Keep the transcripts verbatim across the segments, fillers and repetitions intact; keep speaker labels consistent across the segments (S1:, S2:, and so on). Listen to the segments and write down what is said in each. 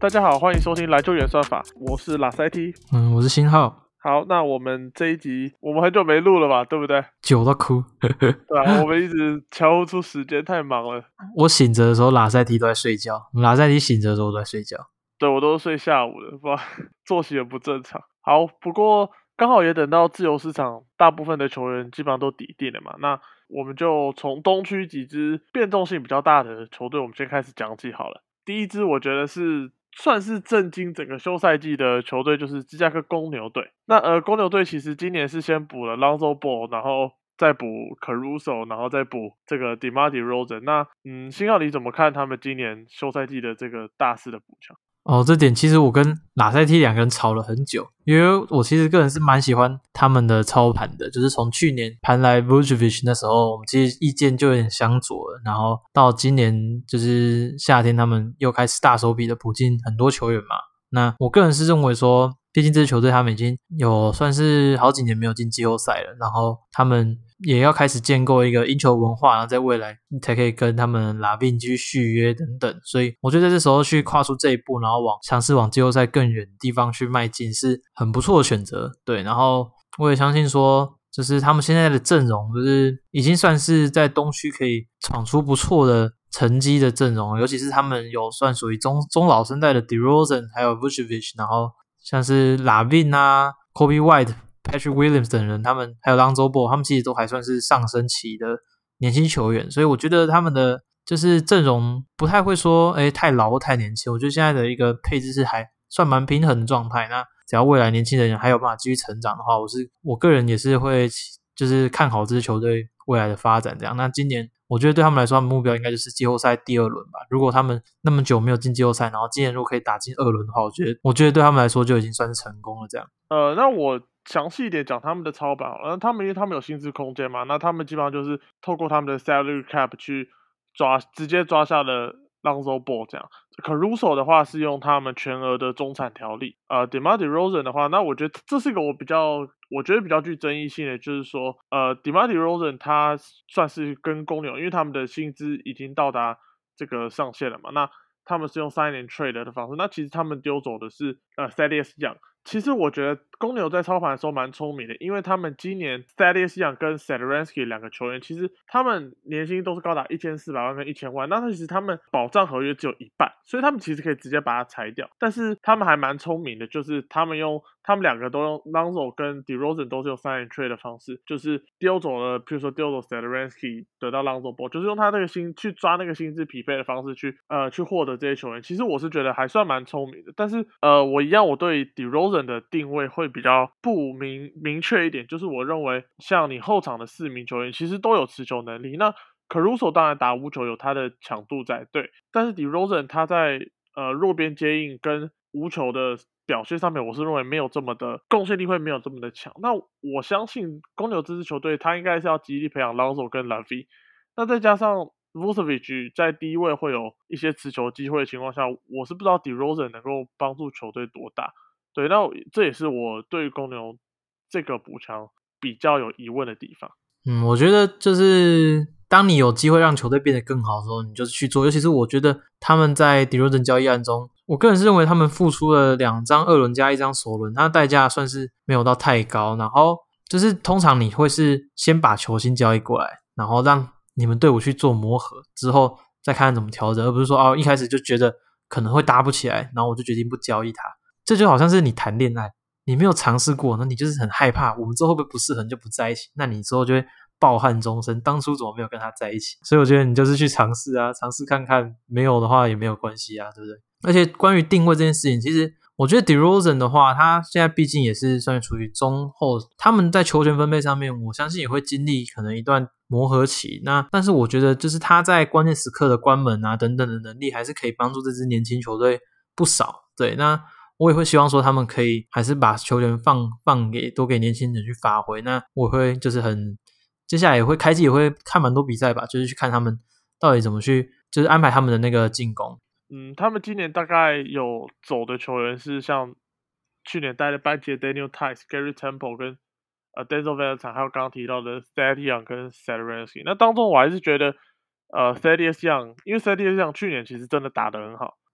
S1: 大家好，欢迎收听来救援算法，我是拉塞 T，
S2: 嗯，我是新浩。
S1: 好，那我们这一集我们很久没录了吧，对不对？
S2: 久到哭。
S1: 对啊，我们一直敲不出时间，太忙了。
S2: 我醒着的时候，拉塞提都在睡觉；拉塞提醒着的时候，我都在睡觉。
S1: 对，我都睡下午了，不然作息很不正常。好，不过刚好也等到自由市场大部分的球员基本上都底定了嘛，那我们就从东区几支变动性比较大的球队，我们先开始讲起好了。第一支我觉得是算是震惊整个休赛季的球队，就是芝加哥公牛队。那呃，公牛队其实今年是先补了 Lonzo Ball， 然后再补 Caruso， 然后再补这个 DeMar DeRozan。那嗯，星浩你怎么看他们今年休赛季的这个大肆的补强？
S2: 哦，这点其实我跟拉塞蒂两个人吵了很久，因为我其实个人是蛮喜欢他们的操盘的，就是从去年盘来 Vucevic 那时候，我们其实意见就有点相左了，然后到今年就是夏天，他们又开始大手笔的补进很多球员嘛。那我个人是认为说，毕竟这支球队他们已经有算是好几年没有进季后赛了，然后他们也要开始建构一个赢球文化，然后在未来才可以跟他们拉宾继续续约等等，所以我觉得在这时候去跨出这一步，然后往尝试往季后赛更远的地方去迈进是很不错的选择。对，然后我也相信说，就是他们现在的阵容就是已经算是在东区可以闯出不错的成绩的阵容，尤其是他们有算属于中中老生代的 DeRozan 还有 Vucevic， 然后像是 Lavin 啊 Kobe White、Patrick Williams 等人，他们还有 Lonzo Ball， 他们其实都还算是上升期的年轻球员，所以我觉得他们的就是阵容不太会说诶太老或太年轻，我觉得现在的一个配置是还算蛮平衡的状态。那只要未来年轻人还有办法继续成长的话，我是我个人也是会就是看好这支球队未来的发展这样。那今年我觉得对他们来说，他们目标应该就是季后赛第二轮吧。如果他们那么久没有进季后赛，然后今年如果可以打进二轮的话，我觉得我觉得对他们来说就已经算是成功了这样。
S1: 呃，那我详细一点讲他们的操盘好了。那他们因为他们有薪资空间嘛，那他们基本上就是透过他们的 salary cap 去抓，直接抓下了 Lonzo Ball 这样。Caruso 的话是用他们全额的中产条例。呃 DeMar DeRozan 的话，那我觉得这是一个我比较我觉得比较具争议性的，就是说呃 DeMar DeRozan 他算是跟公牛，因为他们的薪资已经到达这个上限了嘛，那他们是用 sign and trade 的方式，那其实他们丢走的是呃 Thaddeus Young。其实我觉得公牛在操盘的时候蛮聪明的，因为他们今年 Thaddeus Young 跟 Satoransky 两个球员，其实他们年薪都是高达一千四百万跟一千万，那其实他们保障合约只有一半，所以他们其实可以直接把它裁掉。但是他们还蛮聪明的，就是他们用他们两个都用 Lonzo 跟 DeRozan 都是用 sign and trade 的方式，就是丢走了，譬如说丢走 Satoransky 得到 Lonzo Ball， 就是用他那个薪去抓那个薪资匹配的方式去呃去获得这些球员。其实我是觉得还算蛮聪明的，但是呃我一样我对 DeRozan的定位会比较不明明确一点，就是我认为像你后场的四名球员其实都有持球能力，那 Caruso 当然打无球有他的强度在，对，但是 DeRozan 他在呃弱边接应跟无球的表现上面，我是认为没有这么的贡献力会没有这么的强。那我相信公牛这支球队他应该是要极力培养 Lonzo 跟 Lavin， 那再加上 Vucevic 在低位会有一些持球机会的情况下，我是不知道 DeRozan 能够帮助球队多大。对，那这也是我对公牛这个补强比较有疑问的地方。
S2: 嗯，我觉得就是当你有机会让球队变得更好的时候，你就去做。尤其是我觉得他们在 DeRozan 交易案中，我个人是认为他们付出了两张二轮加一张首轮，他的代价算是没有到太高。然后就是通常你会是先把球星交易过来，然后让你们队伍去做磨合，之后再看怎么调整，而不是说哦一开始就觉得可能会搭不起来，然后我就决定不交易他。这就好像是你谈恋爱，你没有尝试过，那你就是很害怕我们之后会不会不适合，你就不在一起，那你之后就会抱憾终生，当初怎么没有跟他在一起。所以我觉得你就是去尝试啊，尝试看看，没有的话也没有关系啊，对不对？而且关于定位这件事情，其实我觉得 DeRozan 的话，他现在毕竟也是算处于中后，他们在球权分配上面，我相信也会经历可能一段磨合期。那但是我觉得就是他在关键时刻的关门啊等等的能力，还是可以帮助这支年轻球队不少。对，那我也会希望说他们可以还是把球权放放给多给年轻人去发挥。那我会就是很接下来也会开季也会看蛮多比赛吧，就是去看他们到底怎么去就是安排他们的那个进攻。
S1: 嗯，他们今年大概有走的球员是像去年带的班杰 Daniel Tice、Gary Temple 跟呃 Denzel Valentine， 还有刚刚提到的 Thaddeus Young 跟 Satoransky。那当中我还是觉得呃 Thaddeus Young，因为 Thaddeus Young 去年其实真的打得很好。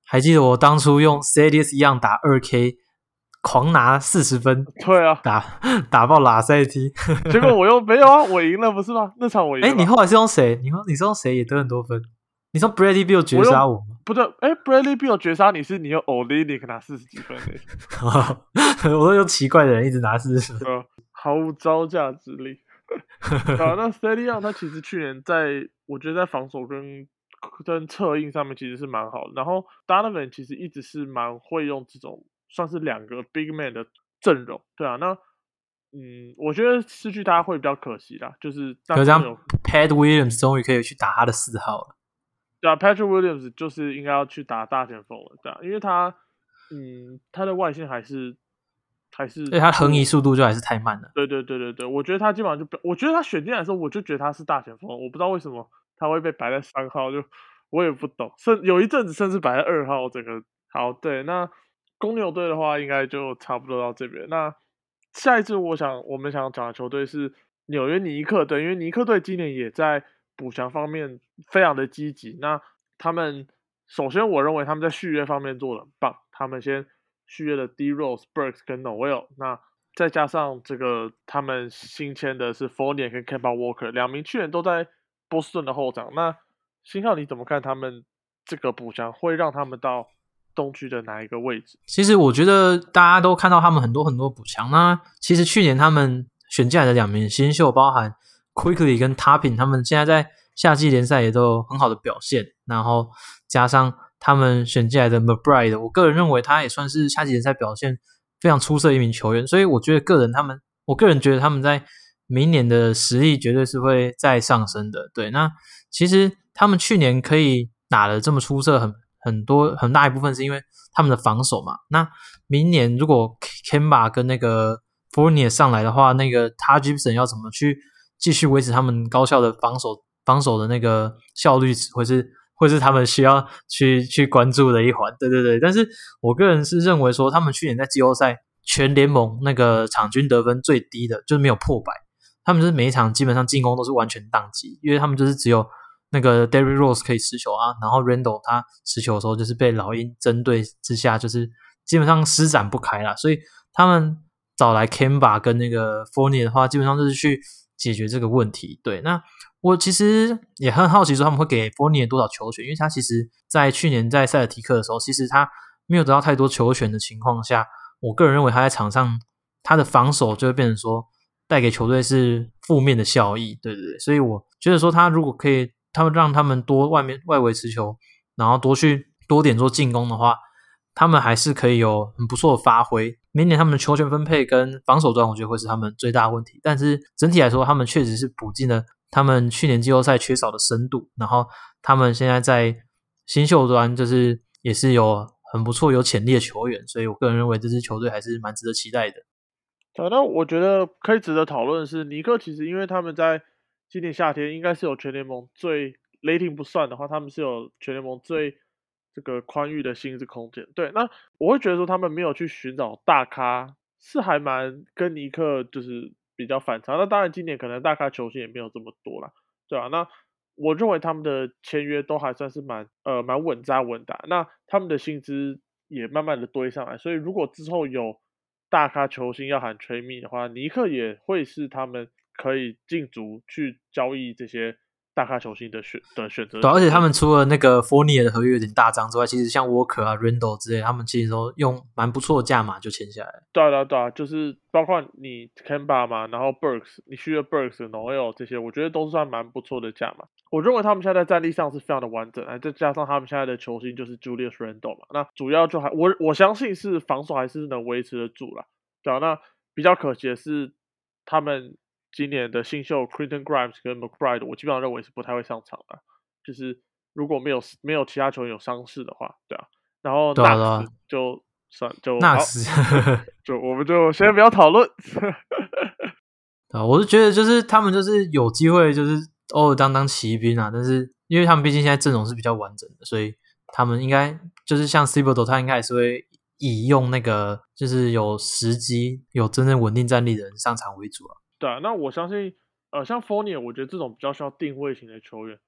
S2: 还记得我当初用 Thaddeus Young 打 二 K， 狂拿四十分，
S1: 对啊，
S2: 打打爆拉塞蒂，
S1: 结果我又没有啊，我赢了不是吗？那场我赢了。
S2: 哎，你后来是用谁？你你是用谁也得很多分？你用 Bradley Beal 绝杀我吗？
S1: 不对，哎 ，Bradley Beal 绝杀你是你用 Olynyk 拿四十几分的，
S2: 我都用奇怪的人一直拿四十分，
S1: 对、啊，毫无招架之力。啊，那 Thaddeus Young 他其实去年在，我觉得在防守跟跟策应上面其实是蛮好的。然后 Donovan 其实一直是蛮会用这种算是两个 big man 的阵容，对啊，那嗯，我觉得失去他会比较可惜啦，就是
S2: 可这样 Pat Williams 终于可以去打他的四号了。
S1: 对啊 ，Patrick Williams 就是应该要去打大前锋了，对啊，因为他嗯他的外线还是还是，
S2: 对他横移速度就还是太慢了。
S1: 对对对对对，我觉得他基本上就，我觉得他选进来的时候，我就觉得他是大前锋，我不知道为什么他会被摆在三号，就我也不懂，甚有一阵子甚至摆在二号。这个好，对，那公牛队的话应该就差不多到这边。那下一支我想我们想讲的球队是纽约尼克队，因为尼克队今年也在补强方面非常的积极。那他们首先我认为他们在续约方面做得很棒，他们先续约了 D Rose、Burks 跟 Noel， 那再加上这个他们新签的是 Fournier 跟 Kemba Walker 两名去年都在波士顿的后场。那星浩你怎么看他们这个补强会让他们到东区的哪一个位置？
S2: 其实我觉得大家都看到他们很多很多补强。那其实去年他们选进来的两名新秀，包含 Quickly 跟 Toppin， 他们现在在夏季联赛也都有很好的表现。然后加上他们选进来的 McBride， 我个人认为他也算是夏季联赛表现非常出色的一名球员。所以我觉得个人他们，我个人觉得他们在明年的实力绝对是会再上升的。对，那其实他们去年可以打得这么出色，很很多很大一部分是因为他们的防守嘛。那明年如果 Kemba 跟那个 Fournier 上来的话，那个 Taj Gibson 要怎么去继续维持他们高效的防守防守的那个效率，会是会是他们需要去去关注的一环。对对对，但是我个人是认为说，他们去年在季后赛全联盟那个场均得分最低的，就是没有破百。他们就是每一场基本上进攻都是完全宕机，因为他们就是只有那个 Derrick Rose 可以持球啊，然后 Randle 他持球的时候就是被老鹰针对之下，就是基本上施展不开啦。所以他们找来 Kemba 跟那个 Fournier 的话，基本上就是去解决这个问题。对，那我其实也很好奇说他们会给 Fournier 多少球权，因为他其实在去年在塞尔提克的时候，其实他没有得到太多球权的情况下，我个人认为他在场上他的防守就会变成说带给球队是负面的效益。对对对，所以我觉得说他如果可以他们让他们多外面外围持球，然后多去多点做进攻的话，他们还是可以有很不错的发挥。明年他们的球权分配跟防守端我觉得会是他们最大的问题，但是整体来说他们确实是补进了他们去年季后赛缺少的深度，然后他们现在在新秀端就是也是有很不错有潜力的球员，所以我个人认为这支球队还是蛮值得期待的。
S1: 对，那我觉得可以值得讨论的是，尼克其实因为他们在今年夏天应该是有全联盟最雷霆不算的话，他们是有全联盟最这个宽裕的薪资空间。对，那我会觉得说他们没有去寻找大咖，是还蛮跟尼克就是比较反常。那当然今年可能大咖球星也没有这么多啦，对啊，那我认为他们的签约都还算是蛮呃蛮稳扎稳打，那他们的薪资也慢慢的堆上来，所以如果之后有大咖球星要喊 trade me 的话，尼克也会是他们可以进足去交易这些大咖球星的选的选择。
S2: 对，而且他们除了那个 Fournier 的合约有点大张之外，其实像 Walker 啊 Randle 之类，他们其实都用蛮不错的价码就签下来。
S1: 对啊对啊，就是包括你 Kemba 嘛，然后 Burks 你需要 Burks、Noel 这些，我觉得都算蛮不错的价码。我认为他们现在在战力上是非常的完整，再加上他们现在的球星就是 Julius Randle 嘛，那主要就还我我相信是防守还是能维持得住啦。对啊，那比较可惜的是他们今年的新秀 Quentin Grimes 跟 McBride， 我基本上认为是不太会上场的，就是如果没有没有其他球员有伤势的话，对啊，然后 Knox 就算就
S2: Knox
S1: 就我们就先不要讨论。
S2: 啊，我是觉得就是他们就是有机会就是偶尔当当骑兵啊，但是因为他们毕竟现在阵容是比较完整的，所以他们应该就是像 Thibodeau 他应该也是会以用那个就是有时机有真正稳定战力的人上场为主啊。
S1: 对啊，那我相信呃像 Fournier 我觉得这种比较需要定位型的球员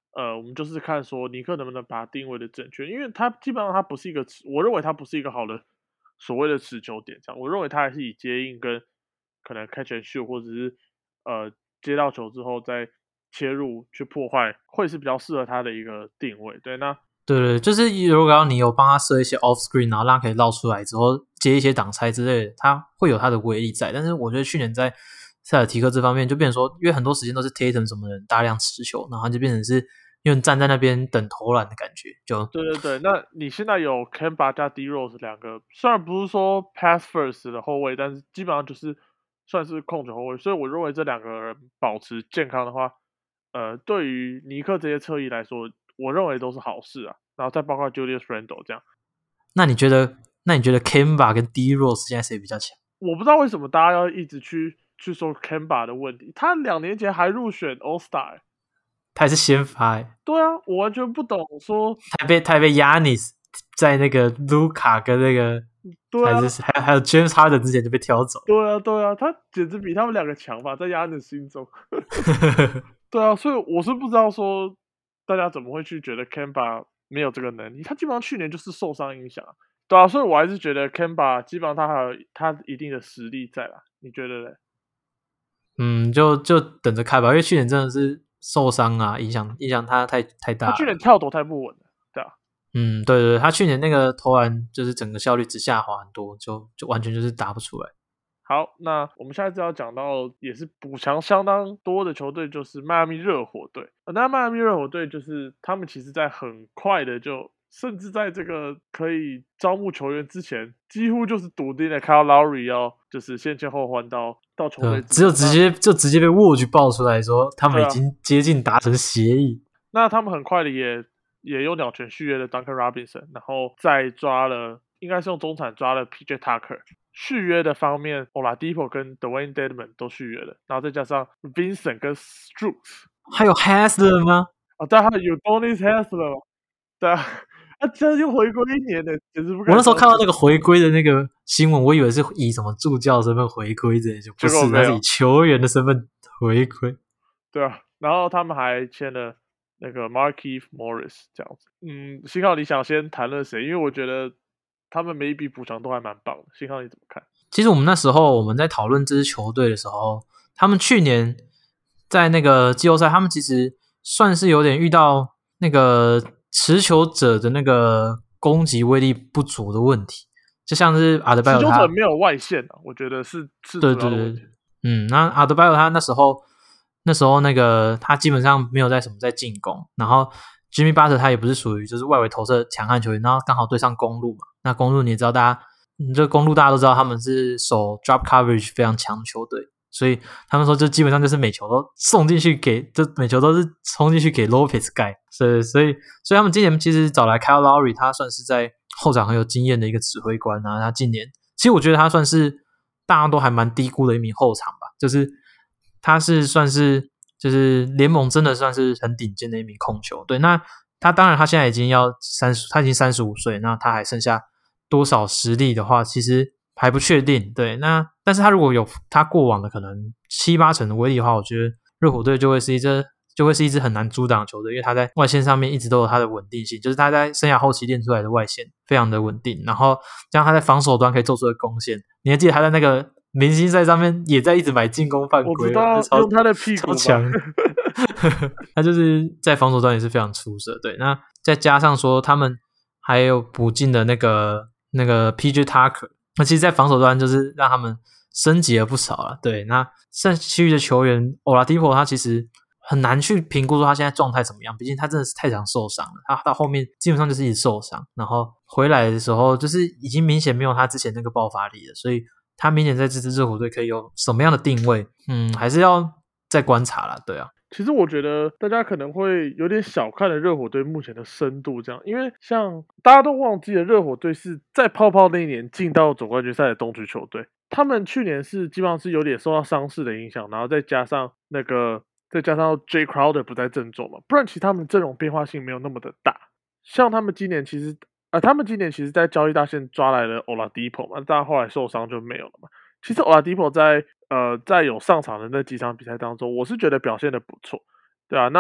S1: 呃，我们就是看说尼克能不能把它定位的正确，因为他基本上他不是一个，我认为他不是一个好的所谓的持球点，这样，我认为他还是以接应跟可能 catch and shoot 或者是呃接到球之后再切入去破坏，会是比较适合他的一个定位。对，那
S2: 对对，就是如果要你有帮他设一些 off screen，然后让他可以绕出来之后接一些挡拆之类的，他会有他的威力在。但是我觉得去年在塞尔提克这方面就变成说，因为很多时间都是 Tatum 什么的人大量持球，然后就变成是因为站在那边等投篮的感觉。就
S1: 对对对，那你现在有 Kemba 加 D Rose 两个，虽然不是说 pass first 的后卫，但是基本上就是算是控球后卫，所以我认为这两个人保持健康的话，呃，对于尼克这些侧翼来说，我认为都是好事啊。然后再包括 Julius Randle 这样，
S2: 那你觉得，那你觉得 Kemba 跟 D Rose 现在谁比较强？
S1: 我不知道为什么大家要一直去去说 Kemba 的问题，他两年前还入选 All Star，欸
S2: 他还是先发、欸，
S1: 对啊，我完全不懂说，
S2: 他被他被 Yanis 在那个卢卡跟那个
S1: 对啊，
S2: 还是还还有 James Harden 之前就被挑走。
S1: 对啊，对啊，他简直比他们两个强吧，在亚人的心中。对啊，所以我是不知道说大家怎么会去觉得 Kemba 没有这个能力，他基本上去年就是受伤影响啊，对啊，所以我还是觉得 Kemba 基本上他还有他一定的实力在啦，你觉得嘞？
S2: 嗯，就就等着看吧，因为去年真的是受伤啊，影响影响他太太大了。
S1: 他去年跳投太不稳了，对啊。
S2: 嗯，对对，他去年那个投篮就是整个效率只下滑很多，就就完全就是打不出来。
S1: 好，那我们下一次要讲到也是补强相当多的球队，就是迈阿密热火队。呃那迈阿密热火队就是他们其实在很快的就，甚至在这个可以招募球员之前，几乎就是笃定的 Kyle Lowry 要就是先签后换到到球队、
S2: 嗯，只有直接就直接被沃局爆出来说他们已经接近达成协议。
S1: 那他们很快的也也有鸟权续约了 Duncan Robinson，然后再抓了，应该是用中产抓了 P J Tucker。续约的方面 Oladipo 跟 Dwayne Dedman 都续约了，然后再加上 Vincent 跟 Strus，
S2: 还有 Hasler 吗？
S1: 哦，对，还有 Udonis Hasler 嘛，对啊，他这又回归一年的，简直不敢。
S2: 我那时候看到那个回归的那个新闻，我以为是以什么助教身份回归之类，就不是，他是以球员的身份回归。
S1: 对啊，然后他们还签了那个 Markieff Morris 这样子。嗯，幸好你想先谈论谁？因为我觉得他们每一笔补强都还蛮棒的。幸好你怎么看？
S2: 其实我们那时候我们在讨论这支球队的时候，他们去年在那个季后赛，他们其实算是有点遇到那个持球者的那个攻击威力不足的问题，就像是阿德拜尔他
S1: 持球者没有外线啊，我觉得是是主要的问题。
S2: 嗯，那阿德拜尔他那时候那时候那个他基本上没有在什么在进攻，然后 Jimmy Butler 他也不是属于就是外围投射强悍球员，然后刚好对上公路嘛，那公路你也知道大家。嗯，这公路大家都知道他们是守 drop coverage 非常强的球队，所以他们说就基本上就是每球都送进去给，就每球都是冲进去给 Lopez 盖，所以所以所以他们今年其实找来 Kyle Lowry， 他算是在后场很有经验的一个指挥官啊。他今年其实我觉得他算是大家都还蛮低估的一名后场吧，就是他是算是就是联盟真的算是很顶尖的一名控球。对，那他当然他现在已经要三十，他已经三十五岁，那他还剩下。多少实力的话，其实还不确定。对，那但是他如果有他过往的可能七八成的威力的话，我觉得热火队就会是一支就会是一支很难阻挡的球队，因为他在外线上面一直都有他的稳定性，就是他在生涯后期练出来的外线非常的稳定，然后这样他在防守端可以做出的贡献。你还记得他在那个明星赛上面也在一直买进攻犯规，
S1: 我知道用他的屁股
S2: 超强，他就是在防守端也是非常出色。对，那再加上说他们还有补进的那个。那个 P J Tucker， 那其实在防守端就是让他们升级了不少了。对，那剩其余的球员 Oladipo 他其实很难去评估说他现在状态怎么样，毕竟他真的是太常受伤了，他到后面基本上就是一直受伤，然后回来的时候就是已经明显没有他之前那个爆发力了，所以他明显在这支热火队可以有什么样的定位，嗯，还是要再观察啦。对啊。
S1: 其实我觉得大家可能会有点小看了热火队目前的深度，这样，因为像大家都忘记了热火队是在泡泡那一年进到总冠军赛的东区球队，他们去年是基本上是有点受到伤势的影响，然后再加上那个再加上 Jay Crowder 不在阵中嘛，不然其实他们阵容变化性没有那么的大。像他们今年其实啊、呃，他们今年其实在交易大线抓来了 Oladipo 嘛，但后来受伤就没有了嘛。其实 Oladipo 在呃在有上场的那几场比赛当中，我是觉得表现的不错，对啊。那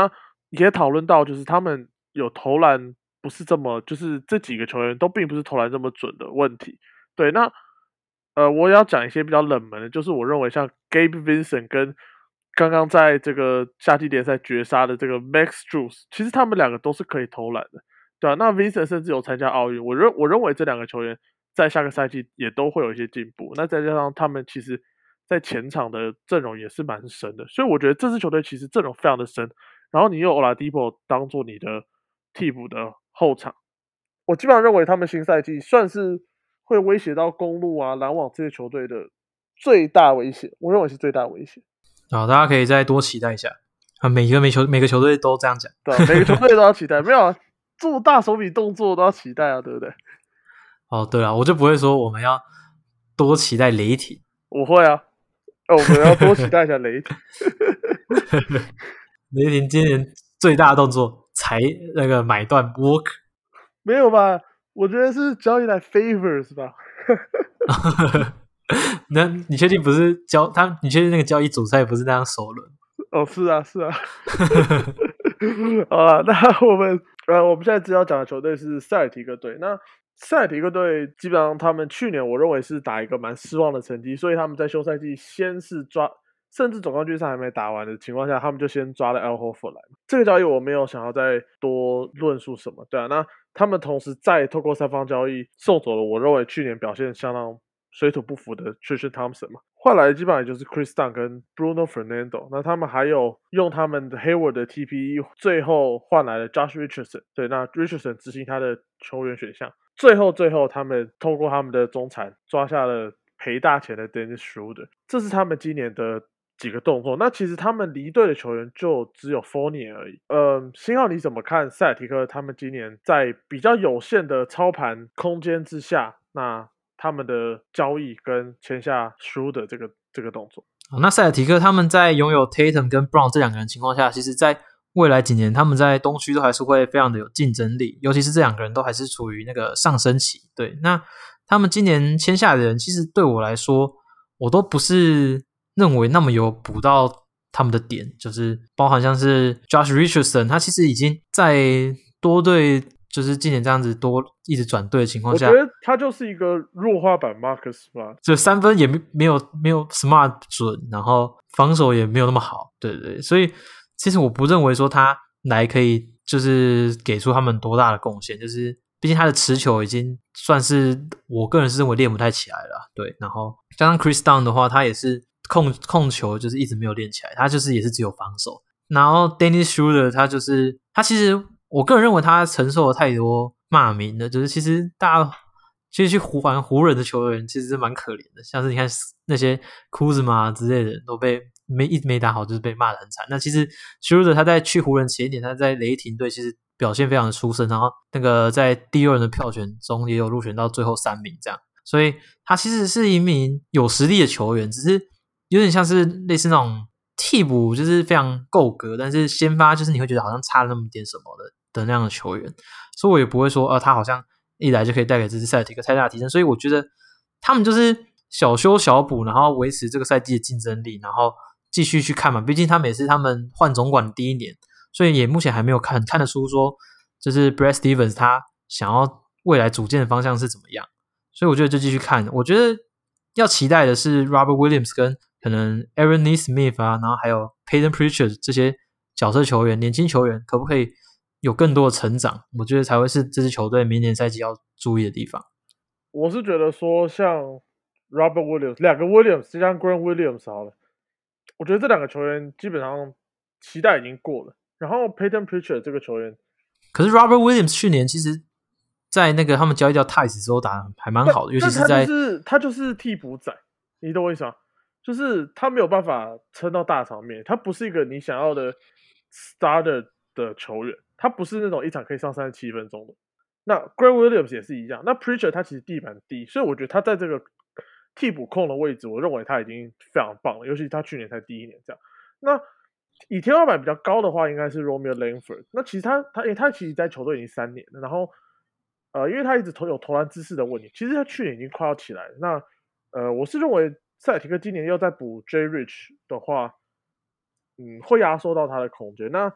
S1: 也讨论到，就是他们有投篮不是这么，就是这几个球员都并不是投篮这么准的问题。对，那呃，我也要讲一些比较冷门的，就是我认为像 Gabe Vincent 跟刚刚在这个夏季联赛绝杀的这个 Max Strus，其实他们两个都是可以投篮的，对啊，那 Vincent 甚至有参加奥运，我认我认为这两个球员在下个赛季也都会有一些进步。那再加上他们其实在前场的阵容也是蛮深的，所以我觉得这支球队其实阵容非常的深。然后你用 Oladipo 当做你的替补的后场，我基本上认为他们新赛季算是会威胁到公路啊、篮网这些球队的最大威胁，我认为是最大威胁。
S2: 好，大家可以再多期待一下啊！每一个每球每个球队都这样讲，
S1: 对、啊，每个球队都要期待，没有啊，做大手笔动作都要期待啊，对不对？
S2: 哦，对了，我就不会说我们要多期待雷霆，
S1: 我会啊，哦、我们要多期待一下雷霆。
S2: 雷霆今年最大动作才那个买断 Walker，
S1: 没有吧？我觉得是交易来 Favors 吧。
S2: 那你确定不是交他？你确定那个交易主赛不是那样首轮？
S1: 哦，是啊，是啊。好啊，那我们呃，我们现在只要讲的球队是塞尔提克队。那塞尔提克队基本上他们去年我认为是打一个蛮失望的成绩，所以他们在休赛季先是抓，甚至总冠军赛还没打完的情况下，他们就先抓了 Al Horford 来。这个交易我没有想要再多论述什么，对啊。那他们同时再透过三方交易送走了我认为去年表现相当水土不服的 Tristan Thompson 嘛，换来的基本上也就是 Chris Dunn 跟 Bruno Fernando， 那他们还有用他们的 Hayward 的 T P E， 最后换来了 Josh Richardson， 对，那 Richardson 执行他的球员选项，最后最后他们通过他们的中产抓下了赔大钱的 Dennis Schroeder， 这是他们今年的几个动作。那其实他们离队的球员就只有 Fournier 而已。呃，星浩你怎么看塞尔提克他们今年在比较有限的操盘空间之下，那他们的交易跟签下 Schroeder 这个这个动作？
S2: 那塞尔提克他们在拥有 Tatum 跟 Brown 这两个人情况下，其实在未来几年他们在东区都还是会非常的有竞争力，尤其是这两个人都还是处于那个上升期。对，那他们今年签下的人，其实对我来说，我都不是认为那么有补到他们的点，就是包含像是 Josh Richardson， 他其实已经在多队就是今年这样子多一直转队的情况下，
S1: 我觉得他就是一个弱化版 Marcus Smart，
S2: 就三分也没有没有 Smart 准，然后防守也没有那么好，对对对，所以其实我不认为说他来可以就是给出他们多大的贡献，就是毕竟他的持球已经算是我个人是认为练不太起来了，对，然后加上 Chris Dunn 的话，他也是控控球就是一直没有练起来，他就是也是只有防守，然后 Dennis Schroeder 他就是他其实我个人认为他承受了太多骂名的，就是其实大家其实去湖玩湖人的球员其实是蛮可怜的，像是你看那些库兹马之类的人都被没一没打好就是被骂得很惨。那其实 Schroeder 他在去湖人前一年他在雷霆队其实表现非常的出色，然后那个在第二轮的票选中也有入选到最后三名这样，所以他其实是一名有实力的球员，只是有点像是类似那种替补就是非常够格，但是先发就是你会觉得好像差了那么点什么的的那样的球员，所以我也不会说呃他好像一来就可以带给这支塞尔提克太大的提升，所以我觉得他们就是小修小补，然后维持这个赛季的竞争力，然后继续去看嘛，毕竟他们也是他们换总管的第一年，所以也目前还没有看看得出说就是 Brad Stevens 他想要未来组建的方向是怎么样，所以我觉得就继续看。我觉得要期待的是 Robert Williams 跟可能 Aaron Nesmith 啊，然后还有 Payton Pritchard 这些角色球员年轻球员可不可以有更多的成长，我觉得才会是这支球队明年赛季要注意的地方。
S1: 我是觉得说像 Robert Williams 两个 Williams 就像 Grant Williams 好了，我觉得这两个球员基本上期待已经过了，然后 Payton Pritchard 这个球员，
S2: 可是 Robert Williams 去年其实在那个他们交易掉 Tice 之后打得还蛮好的，尤其是在
S1: 他就是他就是替补仔，你懂我意思吗？就是他没有办法撑到大场面，他不是一个你想要的 starter 的球员，他不是那种一场可以上三十七分钟的。那 Grant Williams 也是一样，那 Pritchard 他其实地板低，所以我觉得他在这个替补控的位置，我认为他已经非常棒了，尤其是他去年才第一年这样。那以天花板比较高的话，应该是 Romeo Langford。那其实他他诶，他其实在球队已经三年了，然后呃，因为他一直投有投篮姿势的问题，其实他去年已经快要起来了。那呃，我是认为塞尔提克今年要再补 J Rich 的话，嗯，会压缩到他的空间。那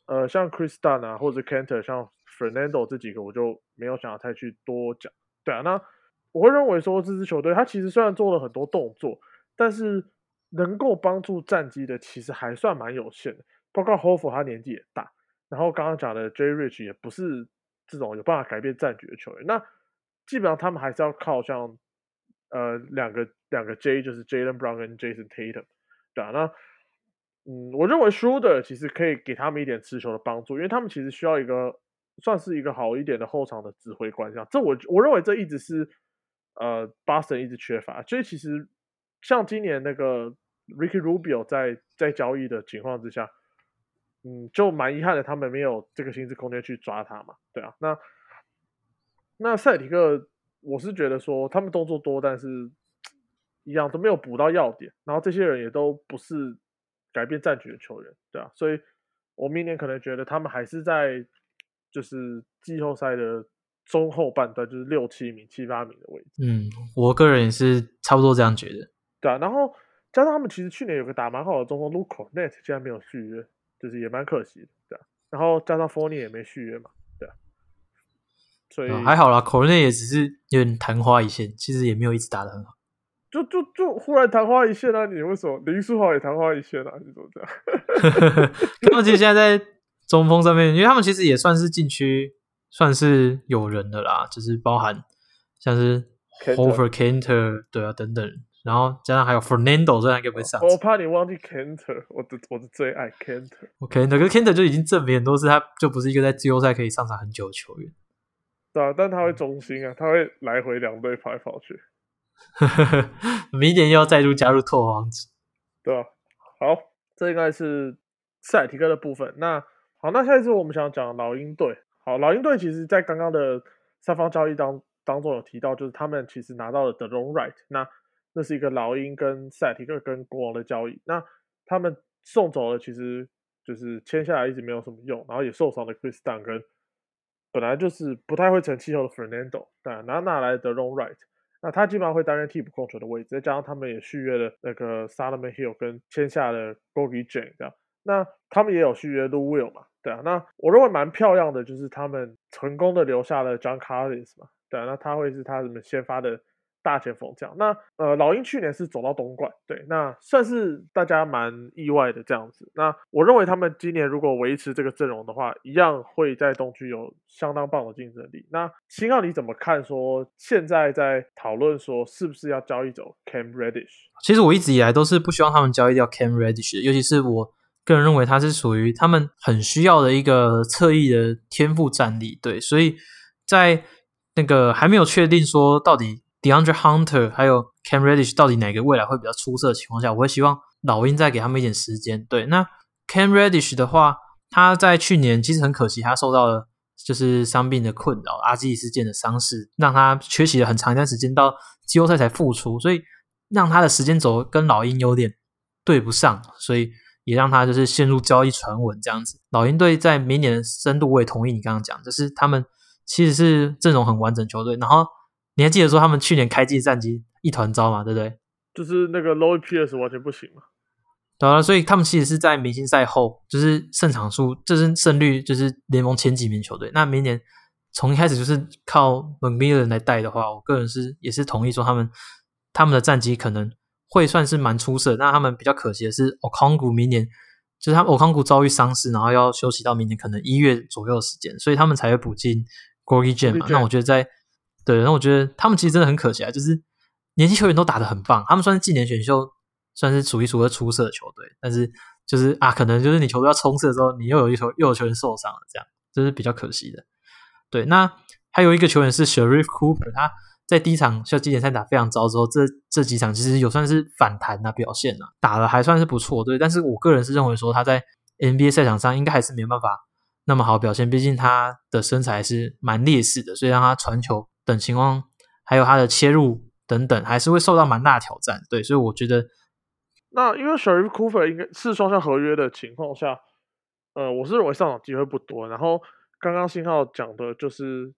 S1: 呃，像 Chris Dunn 啊，或者 Kanter， 像 Fernando 这几个，我就没有想要太去多讲。对啊，那我会认为说这支球队，他其实虽然做了很多动作，但是能够帮助战绩的其实还算蛮有限的。包括 Horford 他年纪也大，然后刚刚讲的 Jay Rich 也不是这种有办法改变战局的球员。那基本上他们还是要靠像呃两个两个 J， 就是 Jaylen Brown 跟 Jason Tatum。对啊，那嗯，我认为 Schroeder 其实可以给他们一点持球的帮助，因为他们其实需要一个算是一个好一点的后场的指挥官，这样，这我我认为这一直是呃 Boston 一直缺乏，所以其实像今年那个 Ricky Rubio 在在交易的情况之下，嗯，就蛮遗憾的，他们没有这个薪资空间去抓他嘛，对啊，那那塞尔提克，我是觉得说他们动作多，但是一样都没有补到要点，然后这些人也都不是改变战局的球员，对啊，所以我明年可能觉得他们还是在就是季后赛的中后半段，就是六七名、七八名的位置。
S2: 嗯，我个人也是差不多这样觉得。
S1: 对啊，然后加上他们其实去年有个打蛮好的中锋 Luke Cornet 竟然没有续约，就是也蛮可惜的，对啊。然后加上 Fournier 也没续约嘛，对啊。所以、
S2: 嗯、还好啦，口内也只是有点昙花一现，其实也没有一直打得很好。
S1: 就就就忽然昙花一现啊！你为什么林书豪也昙花一现啊？你怎么这样？
S2: 他们其实现在在中锋上面，因为他们其实也算是禁区算是有人的啦，就是包含像是 Horford Kanter 对啊等等，然后加上还有 Fernando 这样一个会上。
S1: 我怕你忘记 Kanter， 我的我的最爱 Kanter。Kanter
S2: 可是 Kanter 就已经证明很多次，他就不是一个在季后赛可以上场很久的球员。
S1: 对啊，但他会中心啊，他会来回两队跑来跑去。
S2: 明年又要再度加入拓荒者，
S1: 对吧、啊？好，这应该是塞尔提克的部分。那好，那下一次我们想讲老鹰队。好，老鹰队其实在刚刚的三方交易当当中有提到，就是他们其实拿到了 Delon Wright， 那那是一个老鹰跟塞尔提克跟国王的交易。那他们送走了，其实就是签下来一直没有什么用，然后也受伤的 Chris Dunn 跟本来就是不太会成气候的 Fernando， 对，然后拿来的 Delon Wright。那他基本上会担任替补控球的位置，再加上他们也续约了那个 Solomon Hill 跟签下了 Gorgie Jang 这样，那他们也有续约 Lou Will 嘛，对啊，那我认为蛮漂亮的，就是他们成功的留下了 John Collins 嘛，对啊，那他会是他们先发的大前锋这样。那呃，老鹰去年是走到东莞，对，那算是大家蛮意外的这样子。那我认为他们今年如果维持这个阵容的话，一样会在东区有相当棒的竞争力。那星浩你怎么看说现在在讨论说是不是要交易走 Cam Reddish？
S2: 其实我一直以来都是不希望他们交易掉 Cam Reddish 的，尤其是我个人认为他是属于他们很需要的一个侧翼的天赋战力，对，所以在那个还没有确定说到底DeAndre Hunter 还有 Cam Reddish 到底哪个未来会比较出色的情况下，我会希望老鹰再给他们一点时间。对，那 Cam Reddish 的话，他在去年其实很可惜，他受到了就是伤病的困扰，阿基里斯腱的伤势让他缺席了很长一段时间，到季后赛才复出，所以让他的时间轴跟老鹰有点对不上，所以也让他就是陷入交易传闻这样子。老鹰队在明年的深度我也同意你刚刚讲，就是他们其实是阵容很完整球队，然后你还记得说他们去年开季战绩一团糟嘛，对不对？
S1: 就是那个 Low P S 完全不行嘛。
S2: 对啊，所以他们其实是在明星赛后，就是胜场数，就是胜率，就是联盟前几名球队。那明年从一开始就是靠 McMillan 来带的话，我个人是也是同意说他们他们的战绩可能会算是蛮出色。那他们比较可惜的是 Okongwu 明年就是他们 Okongwu 遭遇伤势，然后要休息到明年可能一月左右的时间，所以他们才会补进 Gorgie Jang 嘛。那我觉得在对，那我觉得他们其实真的很可惜啊，就是年轻球员都打得很棒，他们算是季年选秀，算是数一数二出色的球队，但是就是啊，可能就是你球队要冲刺的时候，你又有一球又有球员受伤了，这样这是比较可惜的。对，那还有一个球员是 Sharif Cooper， 他在第一场像季前赛打非常糟之后，这这几场其实有算是反弹啊表现啊，打得还算是不错，对，但是我个人是认为说他在 N B A 赛场上应该还是没办法那么好表现，毕竟他的身材是蛮劣势的，所以让他传球等情况，还有他的切入等等，还是会受到蛮大的挑战。对，所以我觉得，
S1: 那因为 Sharif Cooper 应该是双向合约的情况下，呃，我是认为上场机会不多。然后刚刚信浩讲的就是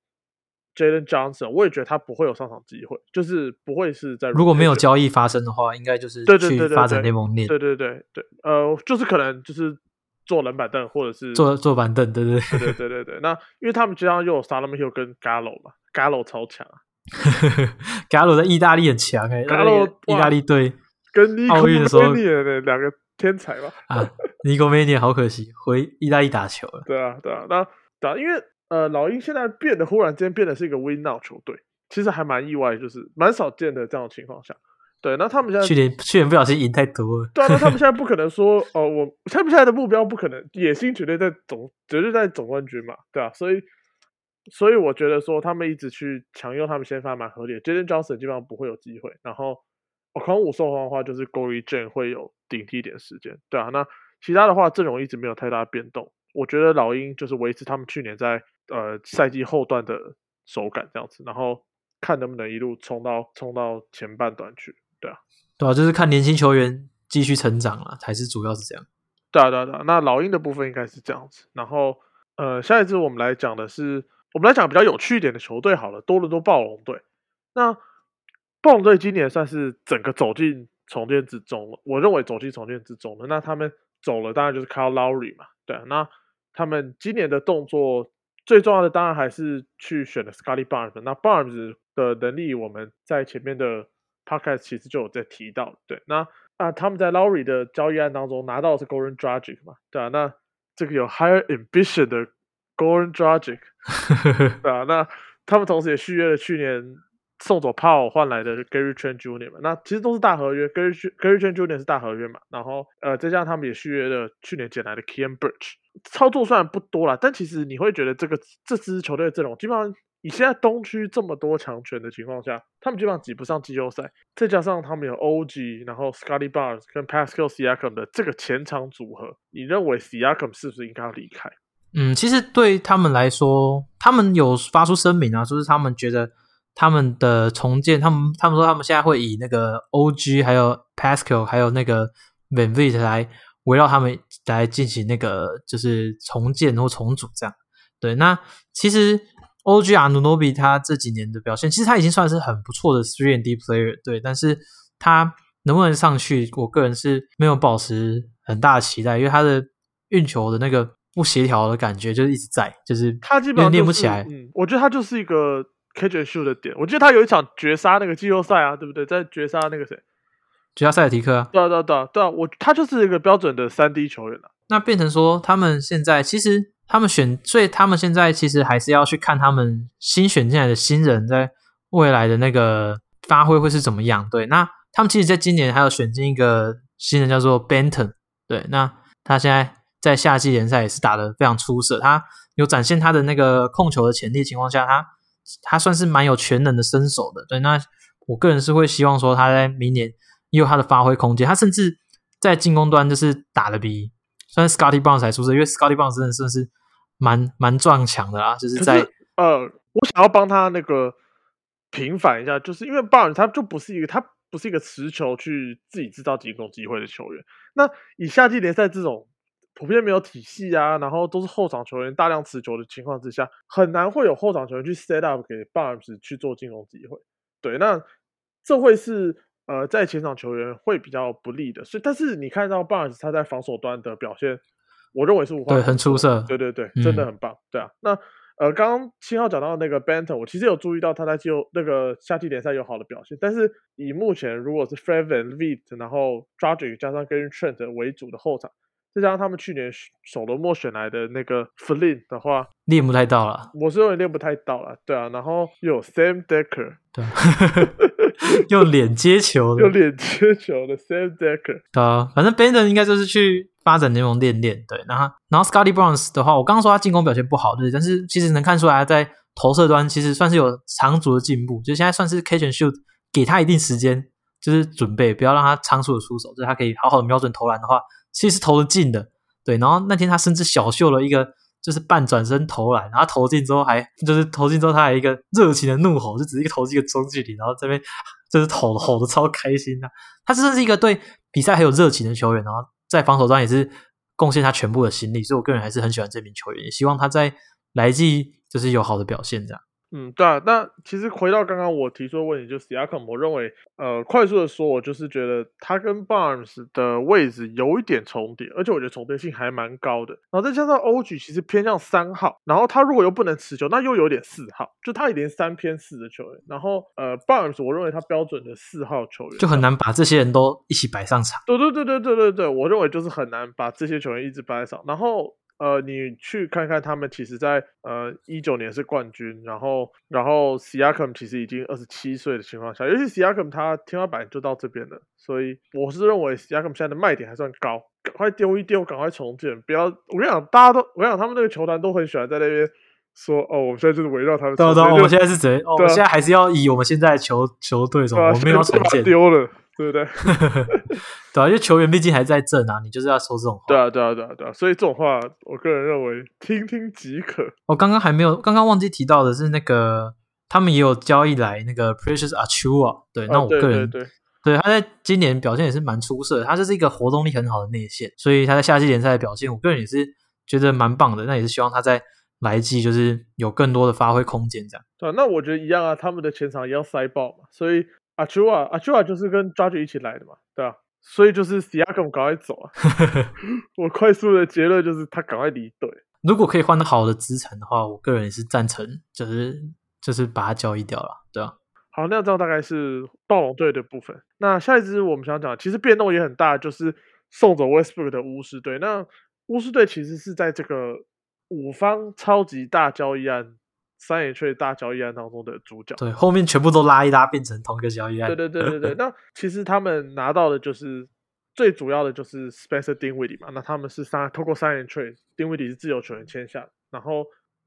S1: Jalen Johnson， 我也觉得他不会有上场机会，就是不会是在
S2: 如果没有交易发生的话，应该就是去发展联盟练。
S1: 对对对对对，呃，就是可能就是坐冷板凳或者是
S2: 坐坐板凳，对对
S1: 对对对对对。那因为他们加上又有 Solomon Hill 跟 Gallo 嘛 ，Gallo 超强啊。
S2: Gallo 在意大利很强哎、欸、
S1: ，Gallo
S2: 意大利队
S1: 跟 Nico
S2: 奥运的时候
S1: Mania 两个天才吧。
S2: 啊 ，Nico Mania 好可惜，回意大利打球了。
S1: 对啊对啊，那对啊，因为呃老鹰现在变得忽然间变得是一个 Win Now 球队，其实还蛮意外，就是蛮少见的这样的情况下。对，那他们现在
S2: 去年去年不小心赢太多了。
S1: 对啊，那他们现在不可能说哦、呃，我他们现在的目标不可能野心绝对在总绝对在总冠军嘛，对啊，所以所以我觉得说他们一直去强用他们先发蛮合理的 ，Jalen Johnson 基本上不会有机会，然后哦，康武受伤的话就是 Corey Jane 会有顶替一点时间，对啊，那其他的话阵容一直没有太大变动，我觉得老鹰就是维持他们去年在呃赛季后段的手感这样子，然后看能不能一路冲到冲到前半段去，对啊。
S2: 对啊，就是看年轻球员继续成长了，才是主要是这样。
S1: 对啊，对啊，对啊。那老鹰的部分应该是这样子。然后，呃，下一支我们来讲的是，我们来讲比较有趣一点的球队好了，多伦多暴龙队。那暴龙队今年算是整个走进重建之中了，我认为走进重建之中了。那他们走了，当然就是 Kyle Lowry 嘛，对啊。那他们今年的动作最重要的，当然还是去选了 Scottie Barnes。那 Barnes 的能力，我们在前面的 podcast 其实就有在提到，对，那啊他们在 Lowry 的交易案当中拿到的是 Goran Dragic 嘛，对啊，那这个有 higher ambition 的 Goran Dragic， 对啊，那他们同时也续约了去年送走 Powell 换来的 Gary Trent Junior 嘛，那其实都是大合约 ，Gary Gary Trent Junior 是大合约嘛，然后呃再加上他们也续约了去年捡来的 Khem Birch， 操作虽然不多啦，但其实你会觉得这个这支球队的阵容基本上。以现在东区这么多强权的情况下，他们基本上挤不上季后赛。再加上他们有 O G， 然后 Scottie Barnes 跟 Pascal Siakam 的这个前场组合，你认为 Siakam 是不是应该要离开？
S2: 嗯，其实对他们来说，他们有发出声明啊，就是他们觉得他们的重建，他们他们说他们现在会以那个 O G 还有 Pascal 还有那个 VanVleet 来围绕他们来进行那个就是重建或重组这样。对，那其实。O G Anunoby 他这几年的表现，其实他已经算是很不错的 三 and D player， 对，但是他能不能上去，我个人是没有保持很大的期待，因为他的运球的那个不协调的感觉就是一直在，就是
S1: 他基本上、就是、
S2: 练不起来。
S1: 嗯，我觉得他就是一个 catch and shoot 的点。我记得他有一场绝杀那个季后赛啊，对不对？在绝杀那个谁，
S2: 绝杀塞尔提克啊，
S1: 对啊对啊对啊对啊，我他就是一个标准的 三 D 球员啊。
S2: 那变成说他们现在其实。他们选，所以他们现在其实还是要去看他们新选进来的新人在未来的那个发挥会是怎么样。对，那他们其实在今年还有选进一个新人叫做 Benton， 对，那他现在在夏季联赛也是打得非常出色，他有展现他的那个控球的潜力情况下，他他算是蛮有全能的身手的。对，那我个人是会希望说他在明年也有他的发挥空间，他甚至在进攻端就是打得比算是 Scottie Barnes 还出色，因为 Scottie Barnes 真的算是蛮蛮撞墙的啦，就是在
S1: 是呃，我想要帮他那个平反一下，就是因为 Barnes 他就不是一个他不是一个持球去自己制造进攻机会的球员。那以夏季联赛这种普遍没有体系啊，然后都是后场球员大量持球的情况之下，很难会有后场球员去 set up 给 Barnes 去做进攻机会。对，那这会是呃在前场球员会比较不利的。所以，但是你看到 Barnes 他在防守端的表现。我认为是无话
S2: 对，很出色，
S1: 对对对，真的很棒，嗯、对啊。那呃，刚刚七号讲到那个 Benton， 我其实有注意到他在季后那个夏季联赛有好的表现，但是以目前如果是 Fred VanVleet 然后 Dragic 加上 Gary Trent 为主的后场，再加上他们去年首轮末选来的那个 Flynn 的话，
S2: 练不太到了。
S1: 我是认为练不太到了，对啊。然后又有 Sam Dekker，
S2: 对，用脸接球的，
S1: 用脸接球的 Sam Dekker，
S2: 对啊，反正 Benton 应该就是去。发展联盟练练，对，然后然后 Scottie Barnes 的话，我刚刚说他进攻表现不好，对，但是其实能看出来他在投射端其实算是有长足的进步，就现在算是 catch and shoot， 给他一定时间，就是准备，不要让他仓促的出手，就是他可以好好的瞄准投篮的话，其实是投得进的，对，然后那天他甚至小秀了一个就是半转身投篮，然后投进之后还就是投进之后他还有一个热情的怒吼，就只是一个投进一个中距离，然后这边就是吼吼的超开心的，他真的是一个对比赛很有热情的球员，然后。在防守端也是贡献他全部的心力，所以我个人还是很喜欢这名球员，也希望他在来季就是有好的表现这样。
S1: 嗯，对啊，那其实回到刚刚我提出的问题，就是 Siakam， 我认为，呃，快速的说，我就是觉得他跟 Barnes 的位置有一点重叠，而且我觉得重叠性还蛮高的。然后再加上 O G 其实偏向三号，然后他如果又不能持球，那又有点四号，就他有点三偏四的球员。然后呃 Barnes 我认为他标准的四号球员，
S2: 就很难把这些人都一起摆上场。
S1: 对对对对对对对，我认为就是很难把这些球员一直摆上。然后呃，你去看看他们，其实在呃一九年是冠军，然后然后 Siakam 其实已经二十七岁的情况下，尤其 Siakam 他天花板就到这边了，所以我是认为 Siakam 现在的卖点还算高，赶快丢一丢，赶快重建，不要我跟你讲，大家都我跟你讲，他们那个球团都很喜欢在那边说哦，我们现在就是围绕他们，
S2: 对啊对啊，我们现在是谁？哦，我
S1: 对啊
S2: 们现在还是要以我们现在的球球队什么，
S1: 对啊，
S2: 我们没有要重建，
S1: 丢了，对不对？
S2: 对啊，因为球员毕竟还在阵啊，你就是要说这种话。
S1: 对啊，对啊，对啊，对啊，所以这种话，我个人认为听听即可。
S2: 我刚刚还没有，刚刚忘记提到的是那个，他们也有交易来那个 Precious Achiuwa，对，那
S1: 啊，
S2: 我个人、
S1: 对对对。
S2: 对他在今年表现也是蛮出色的，他就是一个活动力很好的内线，所以他在夏季联赛的表现，我个人也是觉得蛮棒的。那也是希望他在来季就是有更多的发挥空间，这样。
S1: 对啊，那我觉得一样啊，他们的前场也要塞爆嘛，所以 Achua Achua 就是跟 Judge 一起来的嘛，对啊，所以就是 Siakam 赶快走啊。我快速的结论就是他赶快离队。
S2: 如果可以换到好的资产的话，我个人也是赞成，就是就是把它交易掉了，对啊。
S1: 好，那这样大概是暴龙队的部分。那下一支我们想讲，其实变动也很大，就是送走 Westbrook 的巫师队。那巫师队其实是在这个五方超级大交易案、三眼雀大交易案当中的主角。
S2: 对，后面全部都拉一拉，变成同一个交易案。
S1: 对对对对对。那其实他们拿到的就是最主要的就是 Spencer Dinwiddie 嘛。那他们是三透过三眼 trade，Dinwiddie 是自由球员签下，然后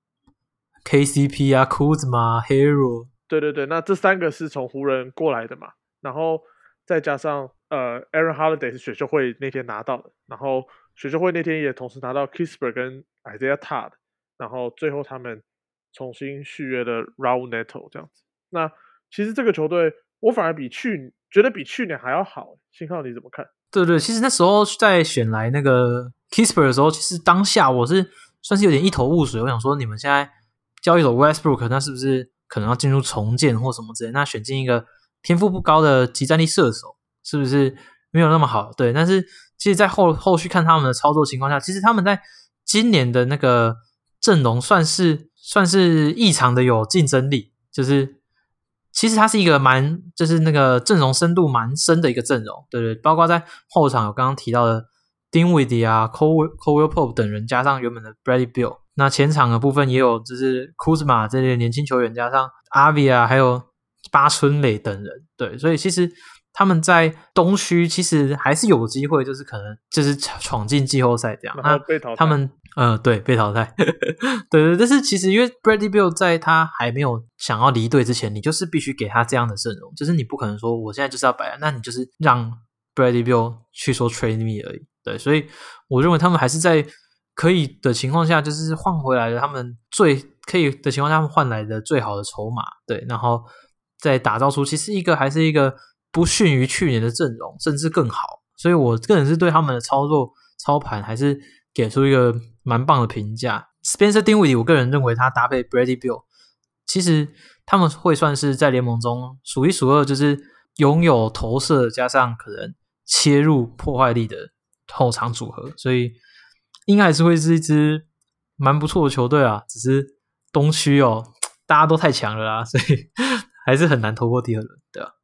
S2: K C P 啊 Kuzma、Hero。
S1: 对对对，那这三个是从湖人过来的嘛，然后再加上呃 Aaron Holiday 是选秀会那天拿到的，然后选秀会那天也同时拿到 Kispert 跟 Isaiah Todd， 然后最后他们重新续约了 Raul Neto 这样子。那其实这个球队我反而比去觉得比去年还要好，信浩你怎么看？
S2: 对对，其实那时候在选来那个 Kispert 的时候，其实当下我是算是有点一头雾水，我想说你们现在交易走 Westbrook， 那是不是可能要进入重建或什么之类？那选进一个天赋不高的集战力射手，是不是没有那么好？对，但是其实，在后后续看他们的操作情况下，其实他们在今年的那个阵容算是算是异常的有竞争力，就是其实它是一个蛮就是那个阵容深度蛮深的一个阵容，对对，包括在后场有刚刚提到的 Dinwiddie 啊 Caldwell Pope 等人，加上原本的 Bradley Beal。那前场的部分也有就是 Kuzma 这类年轻球员，加上 Avia 还有八村垒等人，对，所以其实他们在东区其实还是有机会，就是可能就是闯进季后赛这样。
S1: 然后被淘汰。
S2: 他们呃对被淘汰，对对，但是其实因为 Bradley Beal 在他还没有想要离队之前，你就是必须给他这样的阵容，就是你不可能说我现在就是要摆，那你就是让 Bradley Beal 去说 trade me 而已，对，所以我认为他们还是在可以的情况下，就是换回来了他们最可以的情况下，他们换来的最好的筹码，对，然后再打造出其实一个还是一个不逊于去年的阵容，甚至更好。所以我个人是对他们的操作操盘还是给出一个蛮棒的评价。Spencer Dinwiddie 我个人认为他搭配 Bradley Beal， 其实他们会算是在联盟中数一数二，就是拥有投射加上可能切入破坏力的后场组合，所以应该还是会是一支蛮不错的球队啊，只是东区哦，大家都太强了啦，所以还是很难突破第二轮，对啊。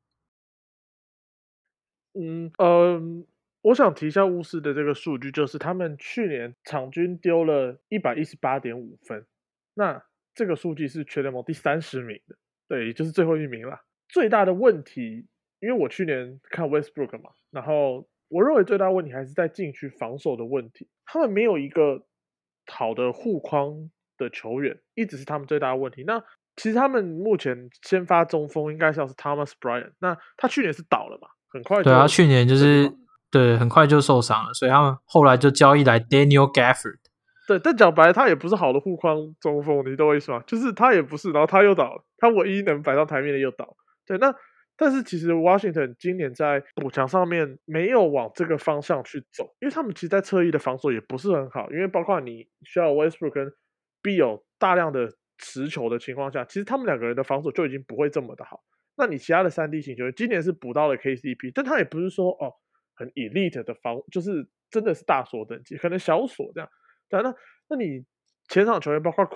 S1: 嗯呃，我想提一下巫师的这个数据，就是他们去年场均丢了 一百一十八点五分，那这个数据是全联盟第三十名的，对，也就是最后一名啦。最大的问题，因为我去年看 Westbrook 嘛，然后我认为最大的问题还是在禁区防守的问题，他们没有一个好的护框的球员，一直是他们最大的问题。那其实他们目前先发中锋应该像是 Thomas Bryant， 那他去年是倒了嘛，很快就
S2: 对啊，去年就是对很快就受伤了，所以他们后来就交易来 Daniel Gafford。
S1: 对，但讲白了，他也不是好的护框中锋，你懂我意思吗？就是他也不是，然后他又倒了，他唯一能摆上台面的又倒。对，那但是其实 Washington 今年在补强上面没有往这个方向去走，因为他们其实在侧翼的防守也不是很好，因为包括你需要 Westbrook 跟 Beal 大量的持球的情况下，其实他们两个人的防守就已经不会这么的好。那你其他的三 D 型球员，今年是补到了 K C P， 但他也不是说哦很 elite 的防，就是真的是大锁等级，可能小锁这样。对、啊，那那你前场球员包括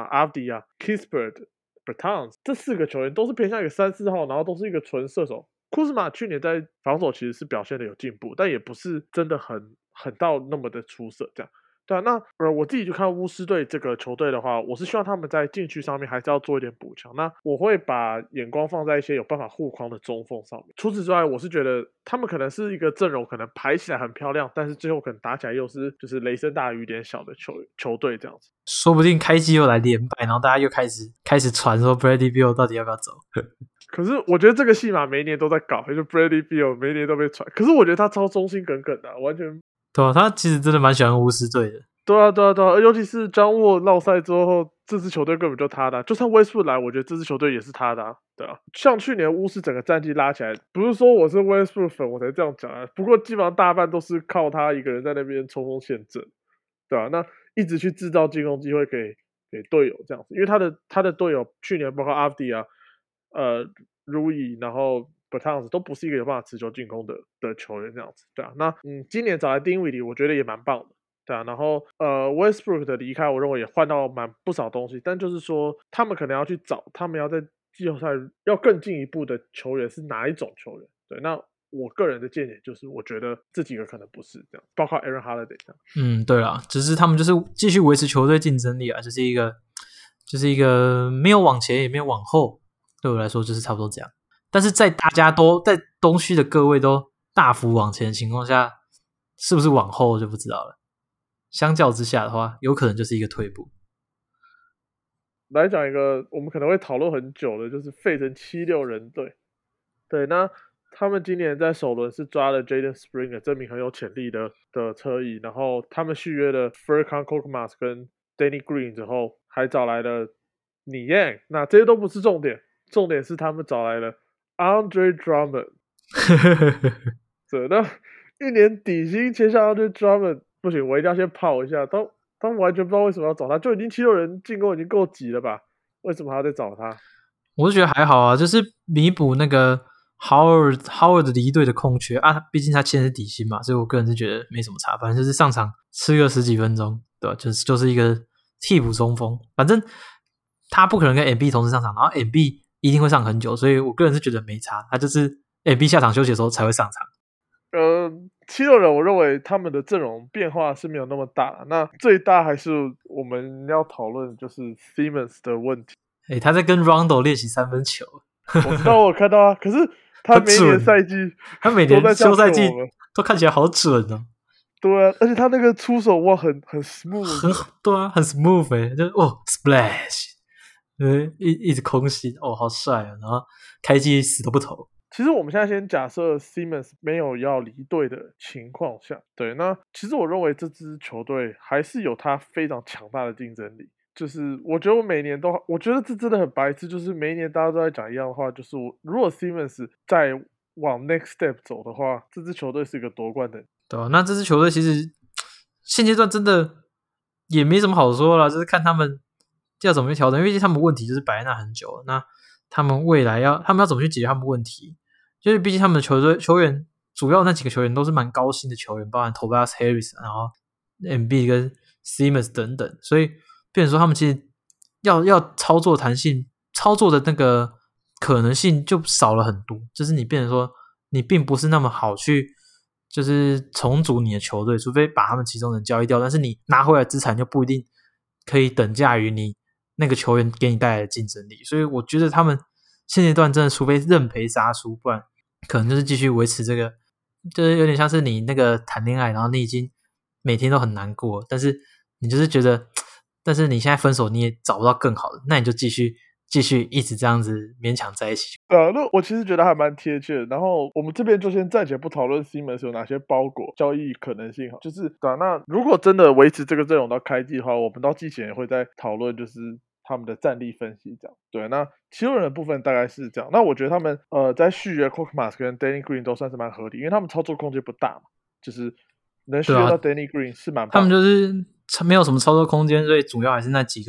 S1: Kuzma、Avdia、Kispert、Bertans 这四个球员都是偏向一个三四号，然后都是一个纯射手。Kuzma 去年在防守其实是表现的有进步，但也不是真的很很到那么的出色这样。对啊，那呃我自己去看巫师队这个球队的话，我是希望他们在禁区上面还是要做一点补强。那我会把眼光放在一些有办法护框的中锋上面。除此之外，我是觉得他们可能是一个阵容可能排起来很漂亮，但是最后可能打起来又是就是雷声大雨点小的球球队这样子。
S2: 说不定开机又来连败，然后大家又开始开始传说 Bradley Beal 到底要不要走。
S1: 可是我觉得这个戏码每一年都在搞，就 Bradley Beal 每一年都被传。可是我觉得他超忠心耿耿的、啊，完全
S2: 对啊，他其实真的蛮喜欢巫师队的。
S1: 对啊，对啊，对啊，尤其是张沃落赛之后，这支球队根本就他的、啊。就算威斯布来，我觉得这支球队也是他的、啊，对啊。像去年巫师整个战绩拉起来，不是说我是威斯布粉我才这样讲啊，不过基本上大半都是靠他一个人在那边冲锋陷阵，对啊，那一直去制造进攻机会给给队友这样子，因为他的他的队友去年包括阿迪啊，呃，Rui，然后 Bertans 都不是一个有办法持球进攻的的球员这样子，对啊。那嗯，今年找来丁威迪，我觉得也蛮棒的。对啊，然后呃 ，Westbrook 的离开，我认为也换到蛮不少东西，但就是说，他们可能要去找，他们要在季后赛要更进一步的球员是哪一种球员？对，那我个人的见解就是，我觉得这几个可能不是这样，包括 Aaron Holiday 这样。
S2: 嗯，对啦，只是他们就是继续维持球队竞争力啊，就是一个就是一个没有往前也没有往后，对我来说就是差不多这样。但是在大家都在东区的各位都大幅往前的情况下，是不是往后就不知道了。相较之下的话，有可能就是一个退步。
S1: 来讲一个我们可能会讨论很久的，就是费城七六人队。对，那他们今年在首轮是抓了 Jaden Springer 这名很有潜力的的车衣，然后他们续约了 Furkan Korkmaz 跟 Danny Green 之后，还找来了 Niang。那这些都不是重点，重点是他们找来了 Andre Drummond。对，那一年底薪签下 Andre Drummond。不行，我一定要先泡一下。当当完全不知道为什么要找他，就已经七六人进攻已经够挤了吧？为什么还要再找他？
S2: 我是觉得还好啊，就是弥补那个 Howard Howard 离队的空缺啊。毕竟他签的是底薪嘛，所以我个人是觉得没什么差。反正就是上场吃个十几分钟，对吧？就是就是一个替补中锋，反正他不可能跟 M B 同时上场，然后 M B 一定会上很久，所以我个人是觉得没差。他就是 M B 下场休息的时候才会上场。
S1: 呃，七六人我认为他们的阵容变化是没有那么大，那最大还是我们要讨论就是 Simmons 的问题。
S2: 诶，他在跟 Rondo 练习三分球，
S1: 我知道我看到啊，可是他每年赛季
S2: 他每年休赛季都看起来好准哦。
S1: 对啊，而且他那个出手哇很很 smooth，
S2: 很对啊，很 smooth 诶，就是哦 splash， 呃一一直空心哦，好帅啊！然后开季死都不投。
S1: 其实我们现在先假设 Simmons 没有要离队的情况下，对，那其实我认为这支球队还是有他非常强大的竞争力。就是我觉得我每年都，我觉得这真的很白痴，就是每一年大家都在讲一样的话，就是我如果 Simmons 在往 next step 走的话，这支球队是一个夺冠的。
S2: 对啊，那这支球队其实现阶段真的也没什么好说了，就是看他们要怎么去调整，因为他们问题就是摆在那很久了，那他们未来要他们要怎么去解决他们问题？就是毕竟他们的球队球员主要那几个球员都是蛮高薪的球员，包含 Tobias Harris， 然后 M B 跟 Simmons 等等，所以变成说他们其实要要操作弹性，操作的那个可能性就少了很多，就是你变成说你并不是那么好去就是重组你的球队，除非把他们其中人交易掉，但是你拿回来资产就不一定可以等价于你那个球员给你带来的竞争力，所以我觉得他们现阶段真的除非认赔杀出，不然可能就是继续维持这个，就是有点像是你那个谈恋爱，然后你已经每天都很难过，但是你就是觉得，但是你现在分手你也找不到更好的，那你就继续继续一直这样子勉强在一起。
S1: 呃，那我其实觉得还蛮贴切的。然后我们这边就先暂且不讨论 Simmons 有哪些包裹交易可能性，就是对啊，那如果真的维持这个阵容到开季的话，我们到季前也会再讨论，就是他们的战力分析这样。对，那七六人的部分大概是这样。那我觉得他们呃在续约 Korkmaz 跟 Danny Green 都算是蛮合理，因为他们操作空间不大嘛，就是能续约到 Danny Green 是蛮棒的。
S2: 他们就是没有什么操作空间，所以主要还是那几个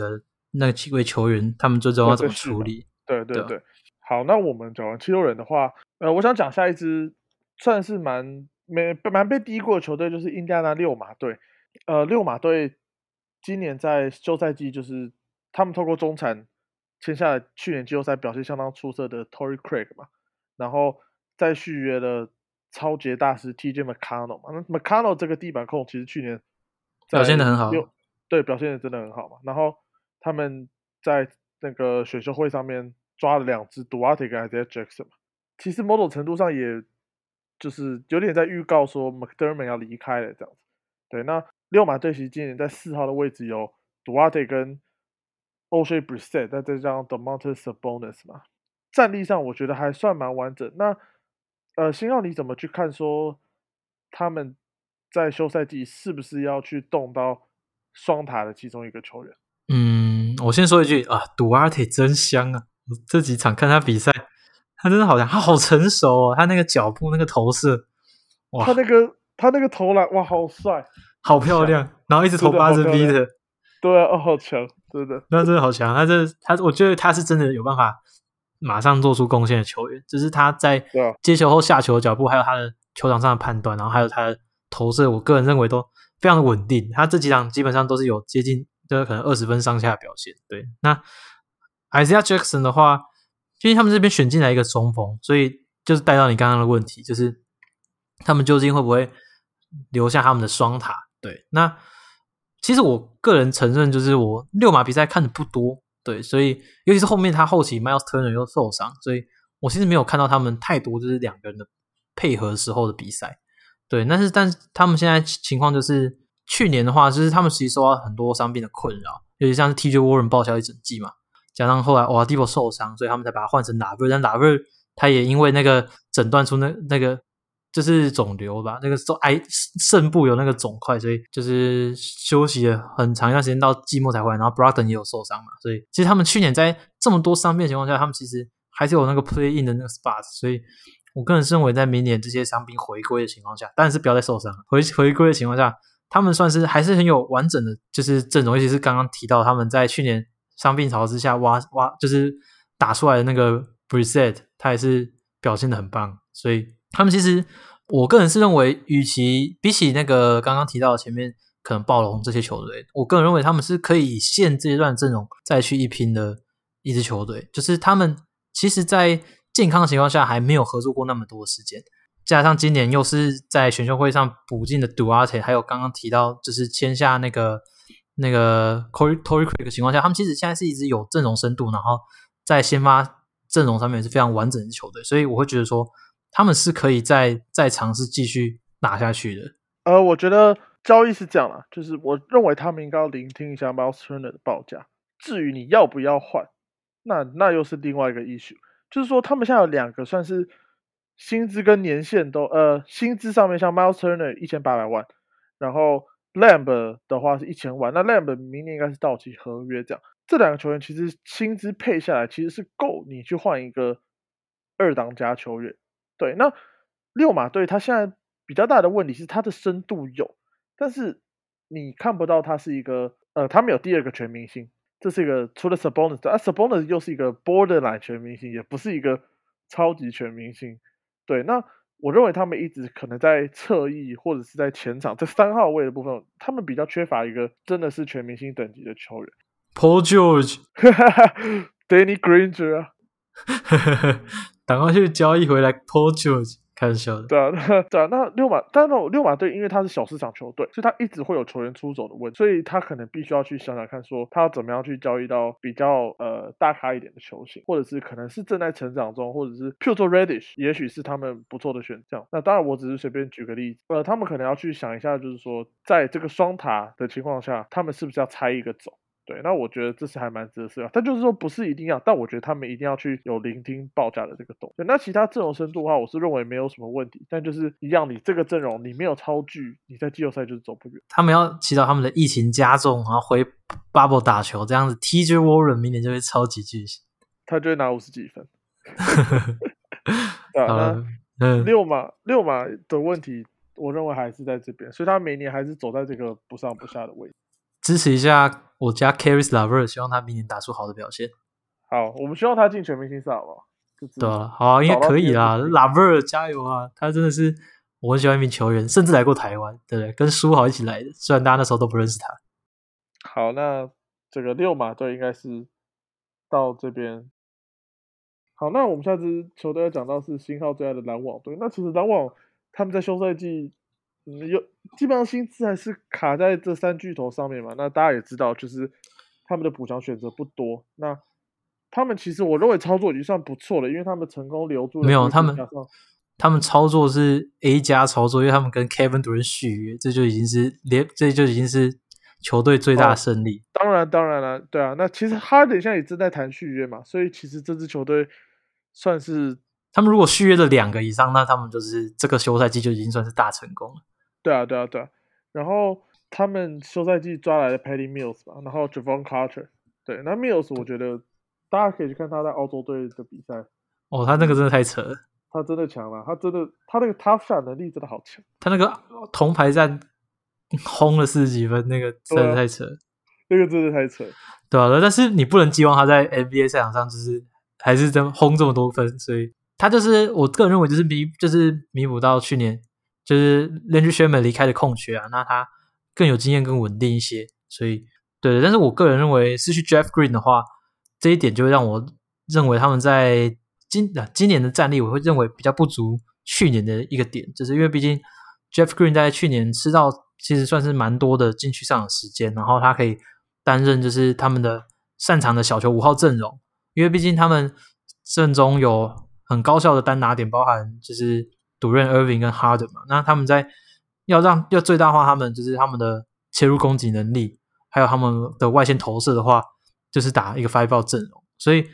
S2: 那几位球员他们最终要怎么处理。
S1: 对对 对, 对, 对，好，那我们讲完七六人的话，呃，我想讲下一支算是蛮没蛮被低估的球队，就是印第安纳六马队。呃，六马队今年在休赛季就是他们透过中产签下了去年季后赛表现相当出色的 Torrey Craig 嘛，然后再续约了超级大师 T J McConnell 嘛，那 McConnell 这个地板控其实去年
S2: 表现得很好，
S1: 对，表现得真的很好嘛。然后他们在那个选秀会上面抓了两支 Duarte 跟 Isaiah Jackson 嘛，其实某种程度上也就是有点在预告说 McDermott 要离开了这样子。对，那六马队其实今年在四号的位置有 Duarte 跟 Oshae Brissett， 再加上 Domantas Sabonis 嘛，战力上我觉得还算蛮完整。那呃，星耀你怎么去看说他们在休赛季是不是要去动到双塔的其中一个球员？
S2: 嗯，我先说一句啊，杜阿特真香啊！我这几场看他比赛，他真的好像他好成熟哦，他那个脚步那个投射，哇，
S1: 他那个他那个投篮哇，好帅，
S2: 好漂亮，然后一直投八十 B 的，
S1: 对啊，哦，好强，真的，
S2: 那真的好强，他这他我觉得他是真的有办法马上做出贡献的球员，就是他在接球后下球的脚步，还有他的球场上的判断，然后还有他的投射，我个人认为都非常的稳定。他这几场基本上都是有接近就是可能二十分上下的表现。对，那 Isaiah Jackson 的话，因为他们这边选进来一个中锋，所以就是带到你刚刚的问题，就是他们究竟会不会留下他们的双塔？对，那其实我个人承认，就是我六马比赛看的不多。对，所以尤其是后面他后期 Miles Turner 又受伤，所以我其实没有看到他们太多就是两个人的配合时候的比赛。对，但是但是他们现在情况就是去年的话，就是他们其实受到很多伤病的困扰，尤其像是 T J Warren 报销一整季嘛，加上后来 Oladipo 受伤，所以他们才把他换成 Lavert， 但 Lavert 他也因为那个诊断出那那个就是肿瘤吧，那个癌肾部有那个肿块，所以就是休息了很长一段时间，到季末才回来。然后 Brogdon 也有受伤嘛，所以其实他们去年在这么多伤病的情况下，他们其实还是有那个 play in 的那个 spot， 所以我个人认为在明年这些伤兵回归的情况下，当然是不要再受伤，回回归的情况下，他们算是还是很有完整的就是阵容，尤其是刚刚提到他们在去年伤病潮之下挖挖就是打出来的那个 Brissett， 他也是表现得很棒，所以他们其实我个人是认为，与其比起那个刚刚提到的前面可能暴龙这些球队，我个人认为他们是可以以现阶段阵容再去一拼的一支球队。就是他们其实在健康的情况下还没有合作过那么多的时间，加上今年又是在选秀会上补进的 Duarte， 还有刚刚提到就是签下那个那个 Torrey Craig 的情况下，他们其实现在是一支有阵容深度，然后在先发阵容上面是非常完整的球队，所以我会觉得说他们是可以再再尝试继续打下去的。
S1: 呃，我觉得交易是这样啦，就是我认为他们应该要聆听一下 Miles Turner 的报价。至于你要不要换，那那又是另外一个 issue。就是说，他们现在有两个算是薪资跟年限都呃，薪资上面像 Miles Turner 一千八百万，然后 Lamb 的话是一千万。那 Lamb 明年应该是到期合约这样。这两个球员其实薪资配下来其实是够你去换一个二当家球员。对，那六马队他现在比较大的问题是他的深度有，但是你看不到他是一个呃，他们有第二个全明星，这是一个除了 Sabonis 啊 Sabonis 又是一个 borderline 全明星，也不是一个超级全明星。对，那我认为他们一直可能在侧翼或者是在前场，在三号位的部分，他们比较缺乏一个真的是全明星等级的球员。
S2: Paul
S1: George，Danny Granger 啊，
S2: 赶快去交易回来 Paul George， 开玩笑的。
S1: 对啊，对啊，那六马，但那六马队因为他是小市场球队，所以他一直会有球员出走的问题，所以他可能必须要去想想看，说他要怎么样去交易到比较呃大咖一点的球星，或者是可能是正在成长中，或者是譬如说 Reddish， 也许是他们不错的选项。那当然，我只是随便举个例子，呃，他们可能要去想一下，就是说在这个双塔的情况下，他们是不是要拆一个走？对，那我觉得这是还蛮值得思考，但就是说不是一定要，但我觉得他们一定要去有聆听报价的这个动作。那其他阵容深度的话，我是认为没有什么问题，但就是一样，你这个阵容你没有超巨，你在季后赛就是走不远。
S2: 他们要祈祷他们的疫情加重，然后回 bubble 打球，这样子 T J Warren 明年就会超级巨星，
S1: 他就会拿五十几分。对啊，那六马六马的问题，我认为还是在这边，所以他每年还是走在这个不上不下的位置。
S2: 支持一下我家 Caris LeVert， 希望他明年打出好的表现。
S1: 好，我们希望他进全明星赛，好不好？
S2: 对啊，好啊，应该可以啦。LeVert 加油啊！他真的是我很喜欢一名球员，甚至来过台湾，对不对？跟书豪一起来的，虽然大家那时候都不认识他。
S1: 好，那这个六马队应该是到这边。好，那我们下支球队要讲到是星号最爱的篮网队。那其实篮网他们在休赛季，嗯，有基本上薪资还是卡在这三巨头上面嘛。那大家也知道，就是他们的补强选择不多。那他们其实我认为操作已经算不错了，因为他们成功留住了。
S2: 没有，他们他们操作是 A 加操作，因为他们跟 Kevin Durant 续约，这就已经是连这就已经是球队最大的胜利。
S1: 哦、当然，当然了，对啊。那其实哈登现在也正在谈续约嘛，所以其实这支球队算是
S2: 他们如果续约了两个以上，那他们就是这个休赛季就已经算是大成功了。
S1: 对啊，对啊，对啊。然后他们休赛季抓来了 Patty Mills 吧，然后 Javon Carter。对，那 Mills 我觉得大家可以去看他在澳洲队的比赛。
S2: 哦，他那个真的太扯了，
S1: 他真的强了，他真的他那个 tough shot 能力真的好强。
S2: 他那个铜牌战轰了四十几分，那个真的太扯了、啊，
S1: 那个真的太扯了。
S2: 对啊，但是你不能寄望他在 N B A 赛场上就是还是这么轰这么多分，所以他就是我个人认为就是弥就是弥补到去年就是 Landry Shamet 离开的空缺啊，那他更有经验更稳定一些，所以对，但是我个人认为失去 Jeff Green 的话，这一点就会让我认为他们在今今年的战力我会认为比较不足去年的一个点，就是因为毕竟 Jeff Green 在去年吃到其实算是蛮多的禁区上的时间，然后他可以担任就是他们的擅长的小球五号阵容，因为毕竟他们阵中有很高效的单打点，包含就是独任 Irving 跟 Harden 嘛，那他们在要让要最大化他们就是他们的切入攻击能力，还有他们的外线投射的话，就是打一个 five out 阵容，所以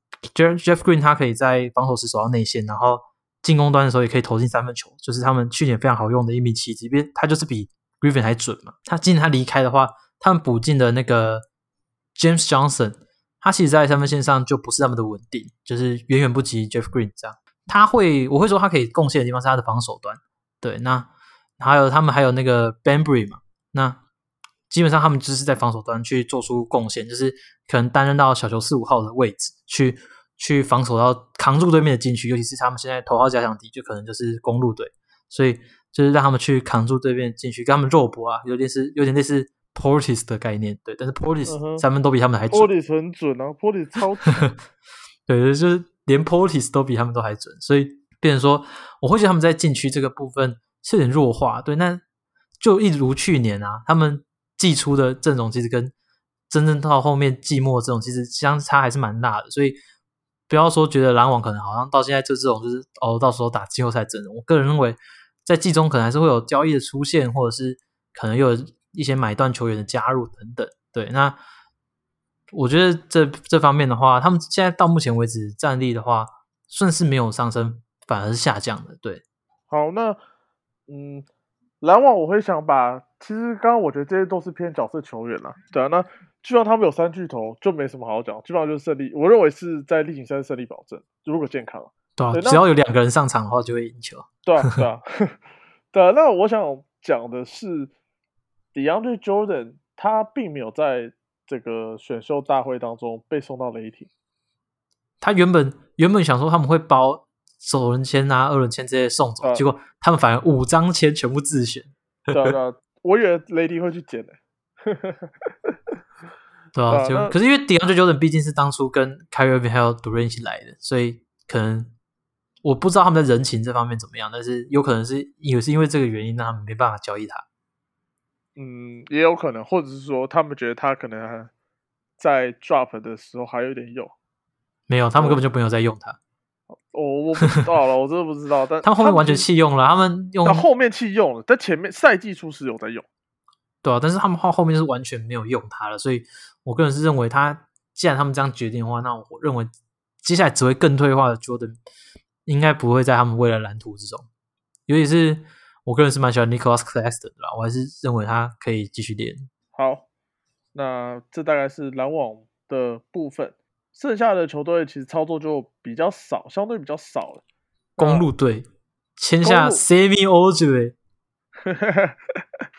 S2: Jeff Green 他可以在防守时守到内线，然后进攻端的时候也可以投进三分球，就是他们去年非常好用的一米七，即便他就是比 Griffin 还准嘛。他今年他离开的话，他们补进的那个 James Johnson， 他其实在三分线上就不是那么的稳定，就是远远不及 Jeff Green 这样。他会我会说他可以贡献的地方是他的防守端，对，那还有他们还有那个 Bembry 嘛，那基本上他们就是在防守端去做出贡献，就是可能担任到小球四五号的位置，去去防守到扛住对面的禁区，尤其是他们现在头号假想敌就可能就是公鹿队，所以就是让他们去扛住对面的禁区，跟他们肉搏啊，有点是有点类似 Portis 的概念，对，但是 Portis 三分都比他们还准、
S1: 嗯、Portis 很准啊 ，Portis 超准，
S2: 对，就是连 Portis 都比他们都还准，所以变成说，我会觉得他们在禁区这个部分是有点弱化，对，那就一如去年啊，他们季初的阵容其实跟真正到后面季末这种其实相差还是蛮大的，所以不要说觉得篮网可能好像到现在这这种就是哦，到时候打季后赛阵容，我个人认为在季中可能还是会有交易的出现，或者是可能又有一些买断球员的加入等等。对，那我觉得这这方面的话，他们现在到目前为止战力的话，算是没有上升，反而是下降的。对，
S1: 好，那嗯。篮网我会想把，其实刚刚我觉得这些都是偏角色球员啦，对啊，那基本上他们有三巨头就没什么好讲，基本上就是胜利，我认为是在例行赛胜利保证，如果健康，
S2: 对啊，对，只要有两个人上场的话就会赢球，
S1: 对啊，对啊，对啊，那我想讲的是 DeAndre Jordan 他并没有在这个选秀大会当中被送到雷霆，
S2: 他原本原本想说他们会包首轮签啊、二轮签这些送走，呃、结果他们反而五张签全部自选。
S1: 对啊，对啊，我以为雷霆会去捡的、欸。
S2: 对啊，就、啊、可是因为 DeAndre Jordan 毕竟是当初跟 Kyrie Irving 还有 Durant 一起来的，所以可能我不知道他们在人情这方面怎么样，但是有可能是也是因为这个原因让他们没办法交易他。
S1: 嗯，也有可能，或者是说他们觉得他可能在 drop 的时候还有点用。
S2: 没有，他们根本就没有在用他。
S1: 哦，我不知道了，我真的不知道。但
S2: 他们后面完全弃用了，他们用
S1: 他后面弃用了，但前面赛季初是有在用。
S2: 对啊，但是他们后后面是完全没有用他了，所以我个人是认为他，既然他们这样决定的话，那我认为接下来只会更退化的 Jordan 应该不会在他们未来蓝图之中。尤其是我个人是蛮喜欢 Nicholas Claxton 的啦，我还是认为他可以继续练。
S1: 好，那这大概是篮网的部分。剩下的球队其实操作就比较少，相对比较少了。
S2: 公鹿队签下 Semi Ojeleye，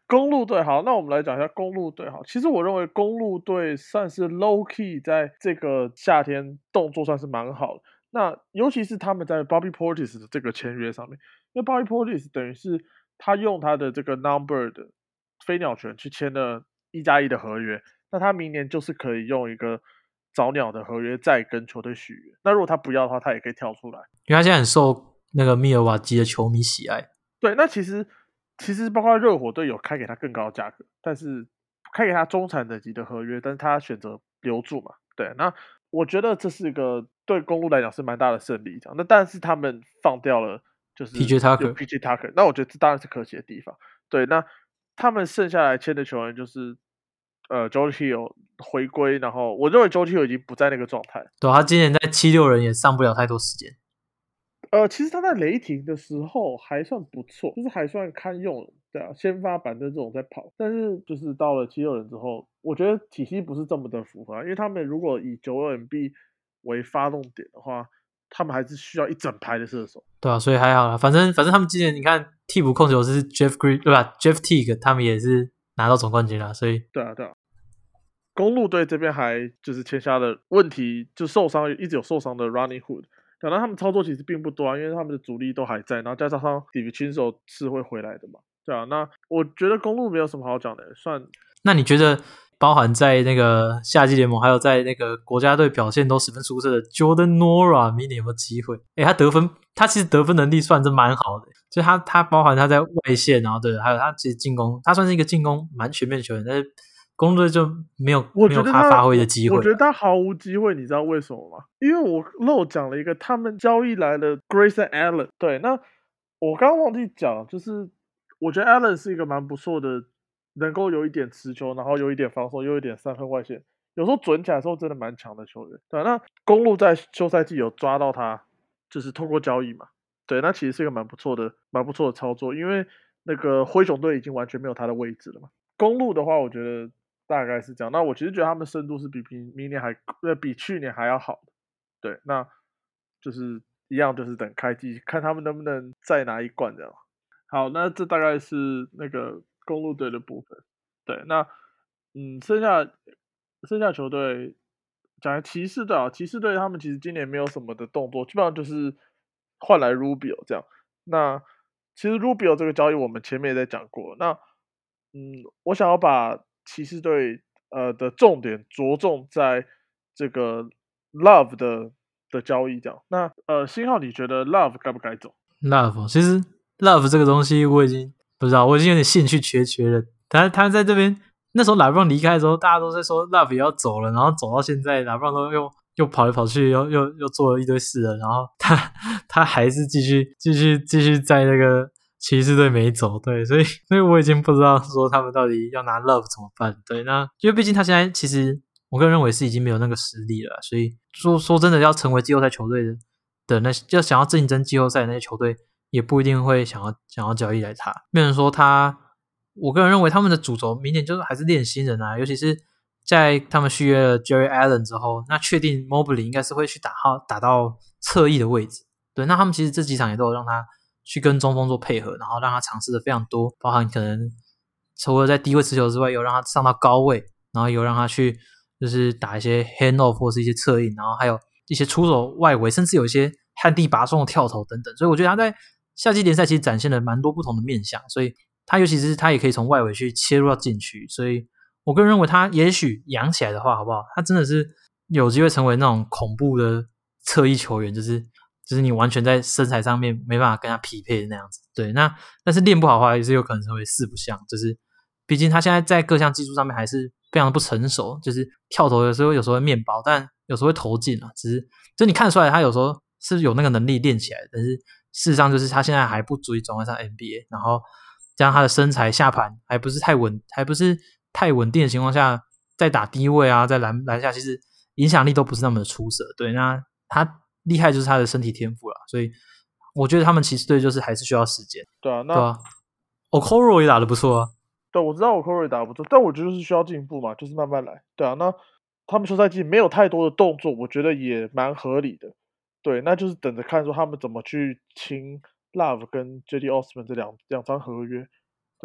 S1: 公路队好，那我们来讲一下公路队好。其实我认为公路队算是 low key 在这个夏天动作算是蛮好的。那尤其是他们在 Bobby Portis 的这个签约上面，因为 Bobby Portis 等于是他用他的这个 number 的飞鸟权去签了一加一的合约，那他明年就是可以用一个早鸟的合约再跟球队续约。那如果他不要的话，他也可以跳出来，
S2: 因为他现在很受那个密尔瓦基的球迷喜爱。
S1: 对，那其实其实包括热火队有开给他更高的价格，但是开给他中产等级的合约，但是他选择留住嘛。对，那我觉得这是一个对公路来讲是蛮大的胜利，这样。那但是他们放掉了就是
S2: P J Tucker
S1: P J Tucker，那我觉得这当然是可惜的地方。对，那他们剩下来签的球员就是呃 George Hill 回归，然后我认为 George Hill 已经不在那个状态。
S2: 对，他今年在七六人也上不了太多时间。
S1: 呃，其实他在雷霆的时候还算不错，就是还算堪用，对啊，先发板凳这种在跑。但是就是到了七六人之后，我觉得体系不是这么的符合，因为他们如果以九二 M B 为发动点的话，他们还是需要一整排的射手。
S2: 对啊，所以还好啦，反正反正他们今年你看替补控球是 Jeff Green 对吧 ？Jeff Teague 他们也是拿到总冠军啦，所以
S1: 对啊，对啊。公路队这边还就是签下了问题，就受伤一直有受伤的 Ronnie Hood。讲到他们操作其实并不多啊，因为他们的主力都还在，然后加上 DiVincenzo 是会回来的嘛，对啊。那我觉得公路没有什么好讲的，算。
S2: 那你觉得包含在那个夏季联盟，还有在那个国家队表现都十分出色的 Jordan Nwora， 明年有没有机会？诶，他得分，他其实得分能力算是蛮好的，就他他包含他在外线，然后对，还有他其实进攻，他算是一个进攻蛮全面的球员，但是公路队就没有没有他发挥的机会。
S1: 我觉得他毫无机会，你知道为什么吗？因为我漏讲了一个，他们交易来了 Grayson Allen。对，那我刚刚忘记讲，就是我觉得 Allen 是一个蛮不错的，能够有一点持球，然后有一点防守，又有一点三分外线，有时候准起来的时候真的蛮强的球员。对，那公路在休赛季有抓到他，就是透过交易嘛。对，那其实是一个蛮不错的、蛮不错的操作，因为那个灰熊队已经完全没有他的位置了嘛。公路的话，我觉得大概是这样。那我其实觉得他们深度是比明明年还呃比去年还要好的。对，那就是一样，就是等开季看他们能不能再拿一冠这样。好，那这大概是那个公路队的部分。对，那嗯，剩下剩下球队讲骑士队啊，骑士队他们其实今年没有什么的动作，基本上就是换来 Rubio 这样。那其实 Rubio 这个交易我们前面也在讲过。那嗯，我想要把骑士队呃的重点着重在这个 Love 的的交易这样。那呃，星浩你觉得 Love 该不该走
S2: Love 其实 Love 这个东西我已经不知道，我已经有点兴趣缺缺了。他他在这边那时候 LeBron 离开的时候，大家都在说 Love 也要走了，然后走到现在 LeBron 都又又跑来跑去，又又又做了一堆事了，然后他他还是继续继续继续在那个骑士队没走，对，所以所以我已经不知道说他们到底要拿 Love 怎么办。对，那因为毕竟他现在其实我个人认为是已经没有那个实力了，所以说说真的要成为季后赛球队的的那要想要竞争季后赛的那些球队，也不一定会想要想要交易来他。变成说他，我个人认为他们的主轴明年就是还是练新人啊，尤其是在他们续约了 Jerry Allen 之后，那确定 Mobley 应该是会去打号打到侧翼的位置。对，那他们其实这几场也都有让他去跟中锋做配合，然后让他尝试的非常多，包含可能除了在低位持球之外，有让他上到高位，然后有让他去就是打一些 hand off 或是一些侧翼，然后还有一些出手外围，甚至有一些旱地拔葱的跳投等等。所以我觉得他在夏季联赛其实展现了蛮多不同的面向，所以他尤其是他也可以从外围去切入到禁区，所以我个人认为他也许养起来的话，好不好？他真的是有机会成为那种恐怖的侧翼球员，就是就是你完全在身材上面没办法跟他匹配的那样子。对，那但是练不好的话，也是有可能成为四不像，就是毕竟他现在在各项技术上面还是非常不成熟，就是跳投有时候有时候会面包，但有时候会投进啊，只是就你看得出来他有时候是有那个能力练起来的，但是事实上就是他现在还不足以转换上 N B A， 然后加上他的身材下盘还不是太稳，还不是太稳定的情况下，在打低位啊，在篮篮下，其实影响力都不是那么的出色。对，那他厉害就是他的身体天赋啦，所以我觉得他们骑士队就是还是需要时间。
S1: 对啊，那
S2: 对啊 Okoro 也打得不错啊。
S1: 对，我知道我 Corey 打得不错，但我觉得是需要进步嘛，就是慢慢来。对啊，那他们休赛季没有太多的动作，我觉得也蛮合理的。对，那就是等着看说他们怎么去清 Love 跟 J D Osman 这两两张合约。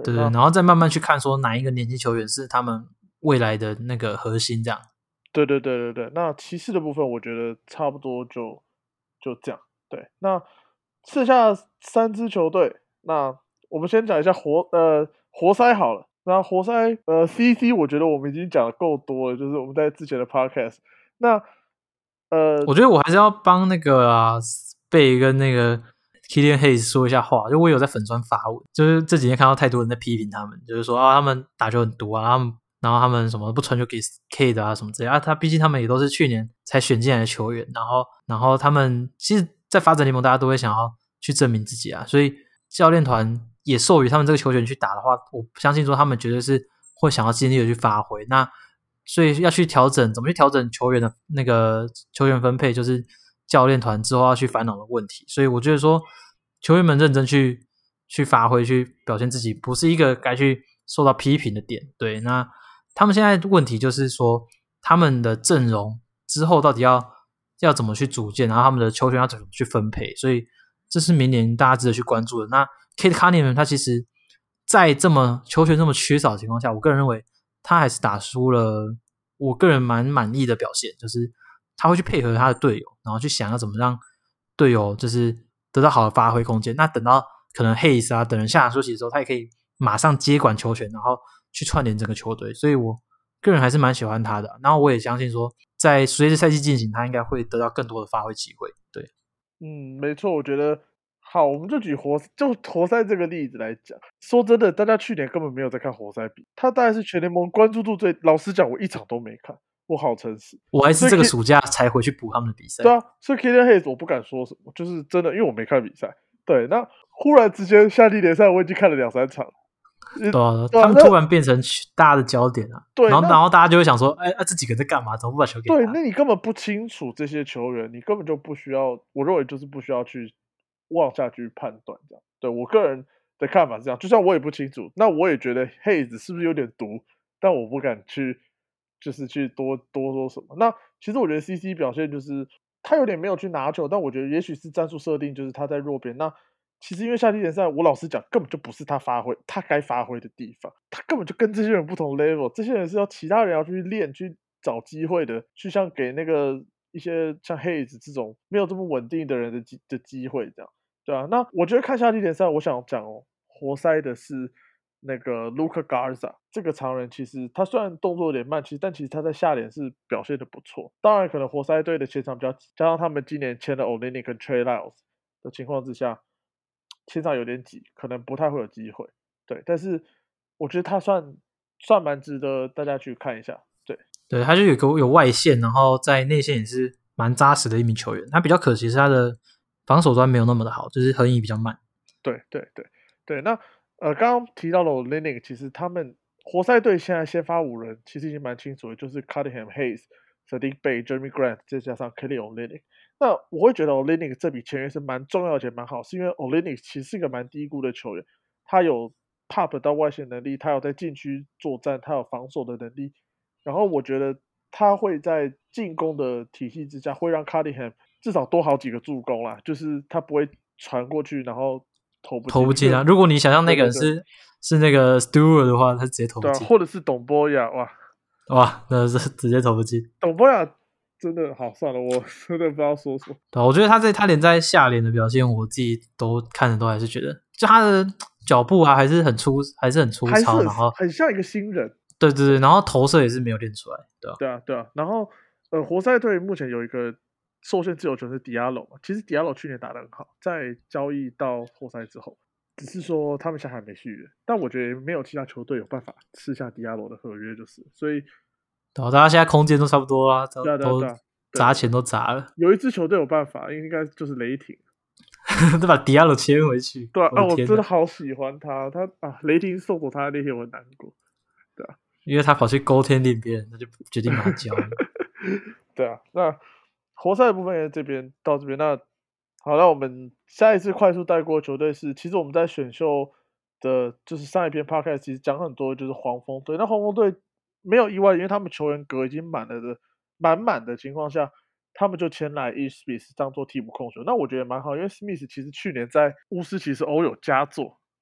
S1: 对
S2: 对对，然后再慢慢去看说哪一个年轻球员是他们未来的那个核心这样。
S1: 对对对对对，那骑士的部分我觉得差不多就就这样。对，那剩下三支球队，那我们先讲一下活呃活塞好了。那活塞呃 C C 我觉得我们已经讲的够多了，就是我们在之前的 podcast。那呃，
S2: 我觉得我还是要帮那个啊贝跟那个 Killian Hayes 说一下话，就我有在粉专发文，就是这几天看到太多人在批评他们，就是说啊他们打球很毒啊，他们然后他们什么不传球给 K 的啊什么之类啊，他毕竟他们也都是去年才选进来的球员，然后然后他们其实，在发展联盟大家都会想要去证明自己啊，所以教练团也授予他们这个球员去打的话，我相信说他们绝对是会想要尽力的去发挥。那所以要去调整，怎么去调整球员的那个球员分配，就是教练团之后要去烦恼的问题。所以我觉得说，球员们认真去去发挥，去表现自己，不是一个该去受到批评的点。对，那他们现在问题就是说，他们的阵容之后到底要要怎么去组建，然后他们的球员要怎么去分配，所以这是明年大家值得去关注的。那 Cade Cunningham 他其实在这么球权这么缺少的情况下，我个人认为他还是打出了我个人蛮满意的表现，就是他会去配合他的队友，然后去想要怎么让队友就是得到好的发挥空间。那等到可能 Hayes 啊等人下场休息的时候，他也可以马上接管球权，然后去串联整个球队。所以我个人还是蛮喜欢他的。然后我也相信说，在随着赛季进行，他应该会得到更多的发挥机会。对，
S1: 嗯，没错，我觉得好，我们就举活就活塞这个例子来讲。说真的，大家去年根本没有在看活塞比，他大概是全联盟关注度最。老实讲，我一场都没看，我好诚实。
S2: 我还是这个暑假才回去补他们的比赛。
S1: 对啊，所以 Killian Hayes 我不敢说什么，就是真的，因为我没看比赛。对，那忽然之间夏季联赛我已经看了两三场了。
S2: 对啊，他们突然变成大家的焦点啊，
S1: 对，
S2: 然后然后大家就会想说，哎、啊，这几个在干嘛？怎么不把球给他？
S1: 对，那你根本不清楚这些球员，你根本就不需要，我认为就是不需要去往下去判断这样。对我个人的看法是这样，就像我也不清楚，那我也觉得 Hayes 是不是有点毒，但我不敢去就是去多多说什么。那其实我觉得 C C 表现就是他有点没有去拿球，但我觉得也许是战术设定，就是他在弱边。那其实因为夏季联赛，我老实讲，根本就不是他发挥他该发挥的地方，他根本就跟这些人不同 level， 这些人是要其他人要去练去找机会的，去像给那个一些像 Hayes 这种没有这么稳定的人的机的机会，这样对啊。那我觉得看夏季联赛，我想讲哦，活塞的是那个 Luka Garza 这个常人，其实他虽然动作有点慢，其实但其实他在下联是表现的不错。当然，可能活塞队的前场比较挤，加上他们今年签了 Olynyk 跟 Trey Lyles 的情况之下，前场有点挤，可能不太会有机会。对，但是我觉得他算算蛮值得大家去看一下。对，
S2: 对，他就有个有外线，然后在内线也是蛮扎实的一名球员。他比较可惜是他的防守端没有那么的好，就是横移比较慢。
S1: 对对对对，那呃，刚刚提到了 Olynyk，其实他们活塞队现在先发五人，其实已经蛮清楚的，就是 Cunningham、Hayes、Saddiq Bey、Jeremy Grant，再加上 Kelly Olynyk。那我会觉得 Olynyk 这笔签约是蛮重要且蛮好，是因为 Olynyk 其实是一个蛮低估的球员，他有 pop 到外线能力，他有在禁区作战，他有防守的能力。然后我觉得他会在进攻的体系之下，会让 Cunningham 至少多好几个助攻啦，就是他不会传过去，然后投不进
S2: 投不进啊！如果你想象那个人是
S1: 对对对
S2: 是那个 Stewart 的话，他直接投不
S1: 对啊，
S2: 进。
S1: 或者是董波亚，哇，
S2: 哇，那是直接投不进。
S1: 董波亚真的好，算了，我真的不知道说什么。
S2: 对啊，我觉得他在他连在下联的表现，我自己都看着都还是觉得，就他的脚步啊，还是很粗，还是很粗糙，
S1: 还是很
S2: 然后
S1: 很像一个新人。
S2: 对对对，然后投射也是没有练出来，对吧、
S1: 对啊，对啊。然后呃，活塞队目前有一个受限自由球是迪亚罗嘛，其实迪亚罗去年打得很好，在交易到活塞之后，只是说他们现在还没续约，但我觉得没有其他球队有办法吃下迪亚罗的合约，就是所以
S2: 对啊，大家现在空间都差不多啦，都都
S1: 对啊对啊对啊，
S2: 砸钱都砸了，
S1: 有一支球队有办法，应该就是雷霆。
S2: 都把迪亚罗切回去。
S1: 对啊，啊，我
S2: 我的天哪，
S1: 真的好喜欢他，他啊，雷霆送走他那天我很难过。对啊，
S2: 因为他跑去勾天领别人，他就决定把他交了。
S1: 对啊，那活塞的部分这边到这边，那好，那我们下一次快速带过球队是，其实我们在选秀的，就是上一篇 podcast 其实讲很多，就是黄蜂队。那黄蜂队没有意外，因为他们球员格已经满了的满满的情况下，他们就签来 E. Smith 当做替补控球。那我觉得蛮好，因为 Smith 其实去年在巫师其实偶有佳作，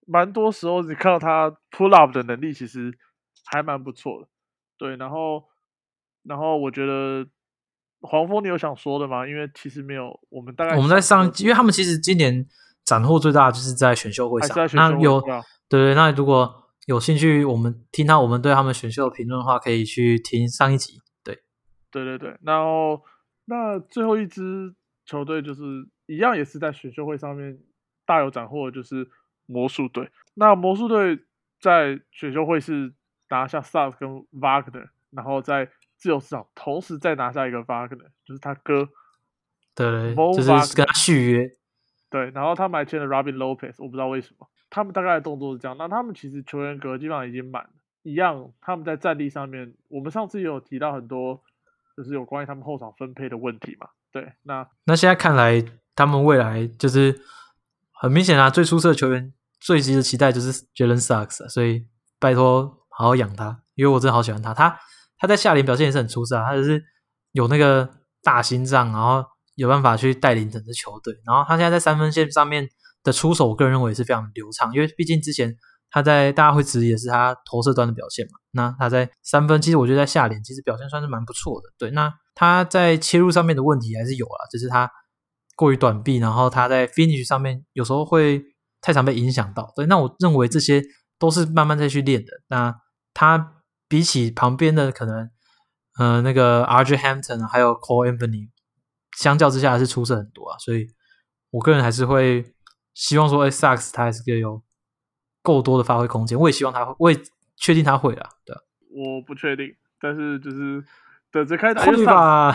S1: 蛮多时候你看到他 pull up 的能力其实还蛮不错的，对，然后然后我觉得黄蜂你有想说的吗？因为其实没有，我们大概
S2: 我们在上，
S1: 因
S2: 因为他们其实今年斩获最大的就是在选秀会上，
S1: 还是在选秀会
S2: 那有
S1: 对啊
S2: 对对，那如果有兴趣，我们听到我们对他们选秀的评论的话，可以去听上一集。对，
S1: 对对对，然后那最后一支球队就是一样，也是在选秀会上面大有斩获的，就是魔术队。那魔术队在选秀会是拿下 Suggs 跟 Wagner，然后在自由市场同时再拿下一个 Wagner，就是他哥
S2: 对对，
S1: Mo
S2: 就是跟
S1: Wagner。
S2: 他续约。
S1: 对，然后他们还签了 Robin Lopez，我不知道为什么，他们大概的动作是这样。那他们其实球员格基本上已经满了，一样，他们在战力上面，我们上次也有提到很多，就是有关于他们后场分配的问题嘛。对，那
S2: 那现在看来，他们未来就是很明显啊，最出色的球员最值得期待就是 Jalen Suggs，、啊、所以拜托好好养他，因为我真的好喜欢他。他他在夏联表现也是很出色、啊，他就是有那个大心脏，然后有办法去带领整支球队。然后他现在在三分线上面的出手，我个人认为是非常流畅，因为毕竟之前他在大家会质疑的是他投射端的表现嘛。那他在三分，其实我觉得在夏联其实表现算是蛮不错的。对，那他在切入上面的问题还是有啦，就是他过于短臂，然后他在 finish 上面有时候会太常被影响到。对，那我认为这些都是慢慢再去练的。那他比起旁边的可能呃那个 R J Hampton 还有 Cole Anthony， 相较之下还是出色很多啊。所以我个人还是会希望说，哎 ，Suggs 他还是可以有够多的发挥空间。我也希望他会，我也确定他会啦，对啊。
S1: 我不确定，但是就是等着开打。
S2: 会吧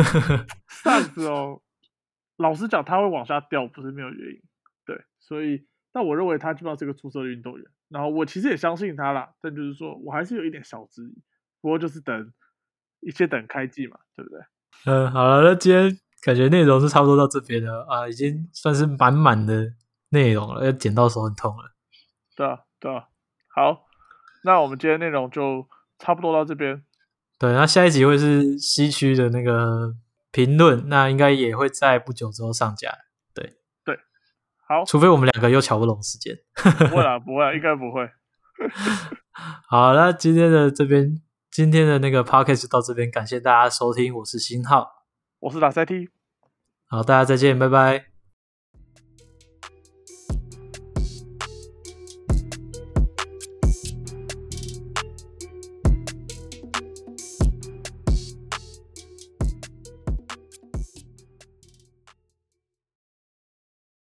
S1: ？Suggs 哦，老实讲，他会往下掉不是没有原因。对，所以但我认为他基本上是个出色的运动员。然后我其实也相信他啦，但就是说我还是有一点小质疑。不过就是等一切等开季嘛，对不对？
S2: 嗯，好了，那今天感觉内容是差不多到这边了啊，已经算是满满的内容了，要剪到手很痛了。
S1: 对啊，对啊。好，那我们今天内容就差不多到这边。
S2: 对，那下一集会是西区的那个评论，那应该也会在不久之后上架。对
S1: 对，好，
S2: 除非我们两个又瞧不拢时间。
S1: 不会啦，不会啦，应该不会。
S2: 好，那今天的这边，今天的那个 podcast 就到这边，感谢大家收听，我是新浩，
S1: 我是打赛 T，
S2: 好，大家再见，拜拜。